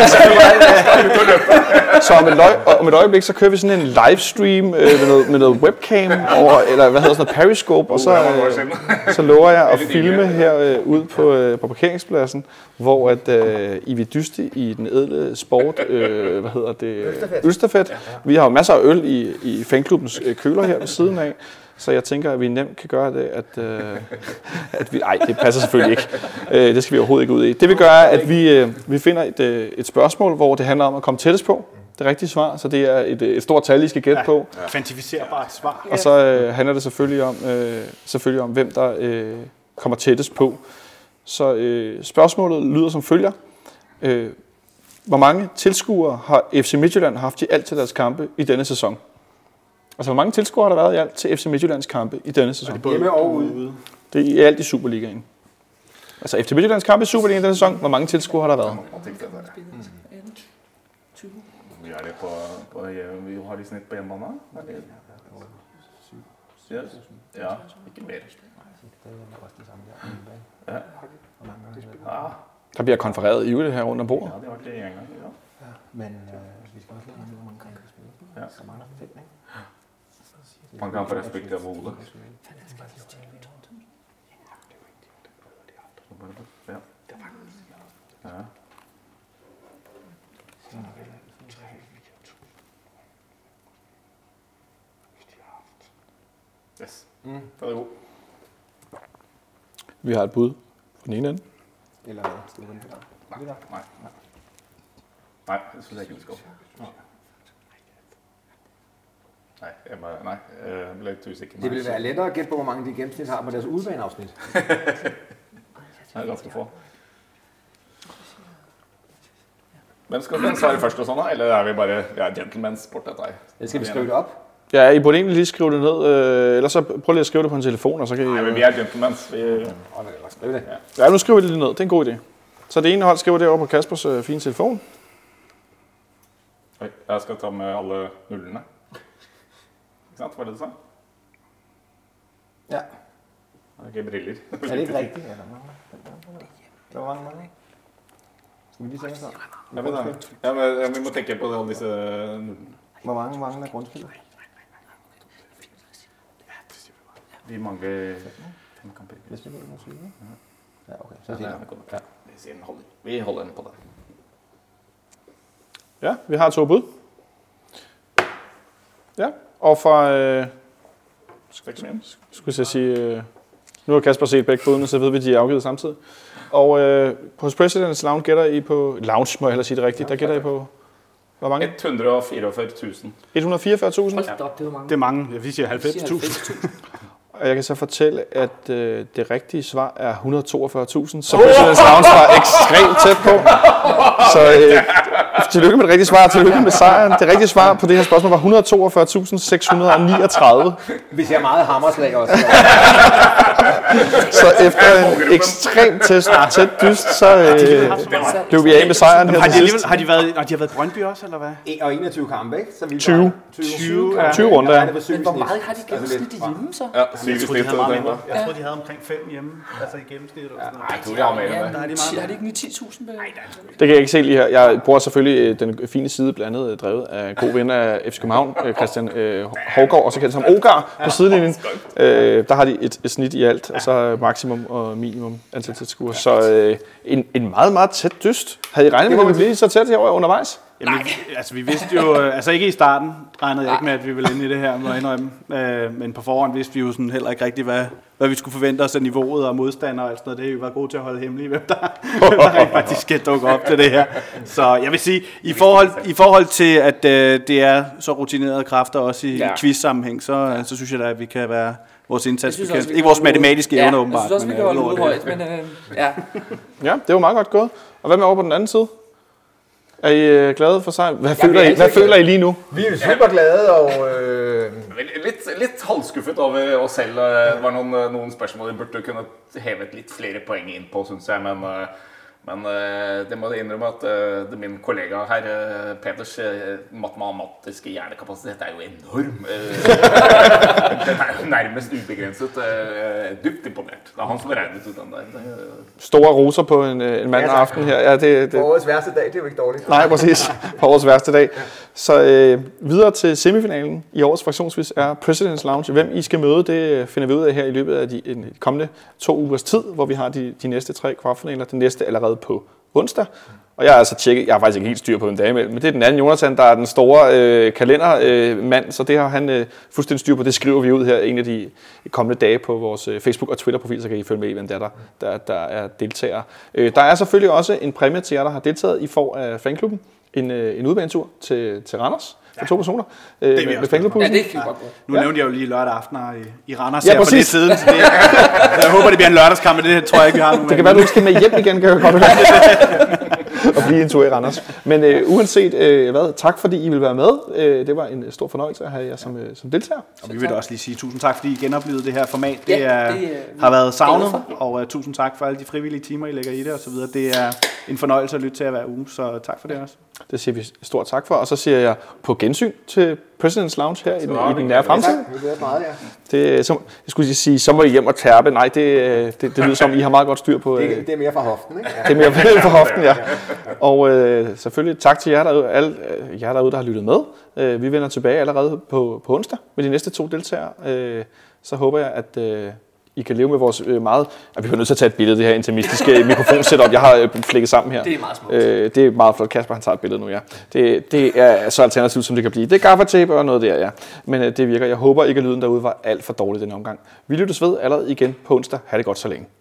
Så om et, løg, om et øjeblik, så kører vi sådan en livestream øh, med, noget, med noget webcam, over, eller hvad hedder sådan noget, Periscope, og så, øh, så lover jeg at filme her øh, ud på, øh, på parkeringspladsen, hvor at øh, I vil dyste i den ædle sport, øh, hvad hedder det, ølstafet. Vi har jo masser af øl i, i fanklubbens øh, køler her ved siden af, så jeg tænker, at vi nemt kan gøre det, at, øh, at vi... Ej, det passer selvfølgelig ikke. Øh, det skal vi overhovedet ikke ud i. Det vi gør, er, at vi, øh, vi finder et, øh, et spørgsmål, hvor det handler om at komme tættest på det rigtige svar, så det er et, et stort tal, I skal gætte på. Ja, kvantificerbart svar. Og så øh, handler det selvfølgelig om, øh, selvfølgelig om, hvem der øh, kommer tættest på. Så øh, spørgsmålet lyder som følger. Øh, hvor mange tilskuere har F C Midtjylland haft i alt til deres kampe i denne sæson? Altså, hvor mange tilskuere har der været i alt til F C Midtjyllands kampe i denne sæson? Hjemme og ude. Det er i alt i Superligaen. Altså, F C Midtjyllands kampe i Superligaen i denne sæson, hvor mange tilskuere har der været? Vi er det på, på vi har i snit på hjemmebane. Ja, ikke mere. Ja. Ja. Der bliver konfereret i det her rundt om bordet. Ja, det har vært det en gang. Ja. Men øh, vi skal også lade hvor mange kampe spiller. Ja. Så mangler fem, ikke? Man kan få respekt av hodet. Ja. Ja. Yes. Mm. Det er god. Vi har et bud på den ene ende. Eller hvad? Skal vi vente på Nej. Nej. Nej. Nej, det synes jeg ikke, vi skal. Nej, jeg må, nej, jeg bliver ikke usikker. Det ville være lettere at gætte på, hvor mange de i gennemsnit har på deres udebaneafsnit. Det er ganske få. Hvem skal den svare først og sådan, eller er vi bare vi er gentlemen's sport dette her? Det skal vi skrive det op. Ja, I burde egentlig lige skrive det ned, øh, eller så prøv lige at skrive det på en telefon, og så kan I... Nej, men vi er gentlemen's. Vi, Åh, skrive det. Ja. Ja, nu skriver vi det lige ned. Det er en god idé. Så det ene hold skriver det over på Kaspers øh, fine telefon. Oi, jeg skal ta med alle nullene. Ikke sant? Var det det så? Ja. Jeg har ikke briller. Er det ikke rigtigt? Ja, hvor mange mange? Skal vi lige tænke så? Ja, men, ja, men, ja, vi må tænke på alle disse nullene. Hvor mange mange er grundspillet? Vi mangler fem kamper. Hvis vi må sige det. Ja, okay. Så Ja, siger det jeg. er godt. Ja. Vi siger, holder. Vi holder den på det. Ja, vi har to bud. Ja, og fra... Øh, Skal ikke mere? skulle jeg sige... Øh, nu har Kasper set begge budene, så ved vi, at de er afgivet samtidig. Og øh, hos President's Lounge gætter I på... Lounge, må jeg hellere sige det rigtigt. Der gætter I på... Hvor mange? et hundrede og fireogfyrre tusind. et hundrede og fireogfyrre tusind. Hold da op, det var mange. Det er mange. Jeg vil sige halvfems tusind. Og jeg kan så fortælle, at øh, det rigtige svar er et hundrede og toogfyrre tusind. Så President's Lounge var ekstremt tæt på. Så øh, tillykke med det rigtige svar, tillykke med sejren. Det rigtige svar på det her spørgsmål var et hundrede og toogfyrre tusind seks hundrede og niogtredive. Vi ser meget hammerslag også. Så efter en ekstremt tæt, tæt dyst, så øh, blev vi af med sejren her Har de, til alligevel, sidst. har de været, har de har været Brøndby også, eller hvad? Og enogtyve kampe, ikke? Så vi tyve. tyve, tyve runder, ja. Men hvor meget har de gennemsnit hjemme så? Ja, syv i snit. Jeg tror, de havde omkring fem hjemme, altså i gennemsnit. Eller sådan noget. Jeg tror, jeg har mere end det. Der er de Ti- meget. Har de ikke ni til ti tusind? Det kan jeg ikke se lige her. Jeg bruger selvfølgelig øh, den fine side, blandt andet øh, drevet af god ven af F C København, øh, Christian øh, Hovgaard, også kendt som Ogar på sidelinjen. Øh, der har de et, et snit i alt, og så maksimum og minimum antal tilskuere. Så øh, en, en meget, meget tæt dyst. Havde I regnet med, at det ville blive så tæt herovre undervejs? Jamen, vi, altså vi vidste jo, øh, altså ikke i starten regnede jeg ikke med, at vi ville ind i det her, må jeg indrømme. Øh, men på forhånd vidste vi jo sådan heller ikke rigtigt, hvad, hvad vi skulle forvente os af niveauet og modstandere og alt sådan noget. Det er jo været gode til at holde hemmeligt, hvem der, hvem der rent faktisk skal dukke op til det her. Så jeg vil sige, i forhold, i forhold til, at øh, det er så rutinerede kræfter også i Ja. quiz-sammenhæng, så, ja. så synes jeg da, at vi kan være vores indsats Jeg synes bekendt. også, vi Ikke kan vores holde matematiske Ja, evner jeg åbenbart. synes også, vi kan øh, holde udover hovedet det. højt, men øh, ja. Ja, det var meget godt gået. Og hvad med over på den anden side? Er I øh, glade for sejren? Hvad, Ja, føler, I, hvad føler I lige nu? Vi er super glade, og øh, Litt, litt halvskuffet over oss selv. Det var noen, noen spørsmål vi burde kunne hevet litt flere poeng inn på, synes jeg. Men, men det må jeg innrømme at det min kollega her, Peters matematiske hjernekapasitet er jo enorm. Den er jo nærmest ubegrenset. Dypt imponert. Det er han som regnet ut den der. Store roser på en, en mandag aften her. Ja, det, det. årets værste dag, det er jo ikke dårligt. Nej, præcis. På årets værste dag. Så øh, videre til semifinalen i årets fraktionsvis er President's Lounge. Hvem I skal møde, det finder vi ud af her i løbet af de, de kommende to ugers tid, hvor vi har de, de næste tre kvartfinaler. Den næste allerede på onsdag. Og jeg har altså tjekket, jeg har faktisk ikke helt styr på en dag imellem, men det er den anden Jonathan, der er den store øh, kalendermand, øh, så det har han øh, fuldstændig styr på. Det skriver vi ud her en af de kommende dage på vores øh, Facebook- og Twitter-profil, så kan I følge med i, hvem der, der, der, der er deltagere. Øh, der er selvfølgelig også en præmie til jer, der har deltaget i form af fanklubben. En, øh, en udbanetur til, til Randers for ja. to personer øh, med, med fanklubbussen. Ja, det kan vi godt bruge. Nu ja. nævnte jeg jo lige lørdag aftener i, i Randers ja, her for lidt siden. Så, det, så jeg håber, det bliver en lørdagskamp, men det tror jeg ikke, vi har nu. Det kan være, du skal med hjem igen, kan jeg godt høre. Og blive en tur i Randers. Men øh, uanset øh, hvad, tak fordi I vil være med. Øh, det var en stor fornøjelse at have jer som, øh, som deltager. Og vi vil da også lige sige tusind tak, fordi I genoplevede det her format. Det, Ja, er, det, øh, har været savnet, for. og uh, tusind tak for alle de frivillige timer, I lægger i det osv. Det er en fornøjelse at lytte til hver uge, så tak for det også. Det siger vi stort tak for, og så siger jeg på gensyn til President's Lounge her i den, i den nære fremtid. Det, som, jeg skulle sige, så må I hjem og tærpe. Nej, det, det, det lyder som, I har meget godt styr på. Det, det er mere fra hoften, ikke? Ja. Det er mere fra hoften, ja. Og øh, selvfølgelig tak til jer derude, alle jer derude, der har lyttet med. Øh, vi vender tilbage allerede på, på onsdag med de næste to deltagere. Øh, så håber jeg, at øh, I kan leve med vores øh, meget... At vi bliver nødt til at tage et billede af det her intermistiske mikrofonsetup, jeg har øh, flækket sammen her. Det er meget smukt. Øh, det er meget flot. Kasper, han tager et billede nu, ja. Det, det er så alternativt, som det kan blive. Det er gaffatape og noget der, ja. Men øh, det virker. Jeg håber ikke, at lyden derude var alt for dårlig den omgang. Vi lyttes ved allerede igen på onsdag. Ha' det godt så længe.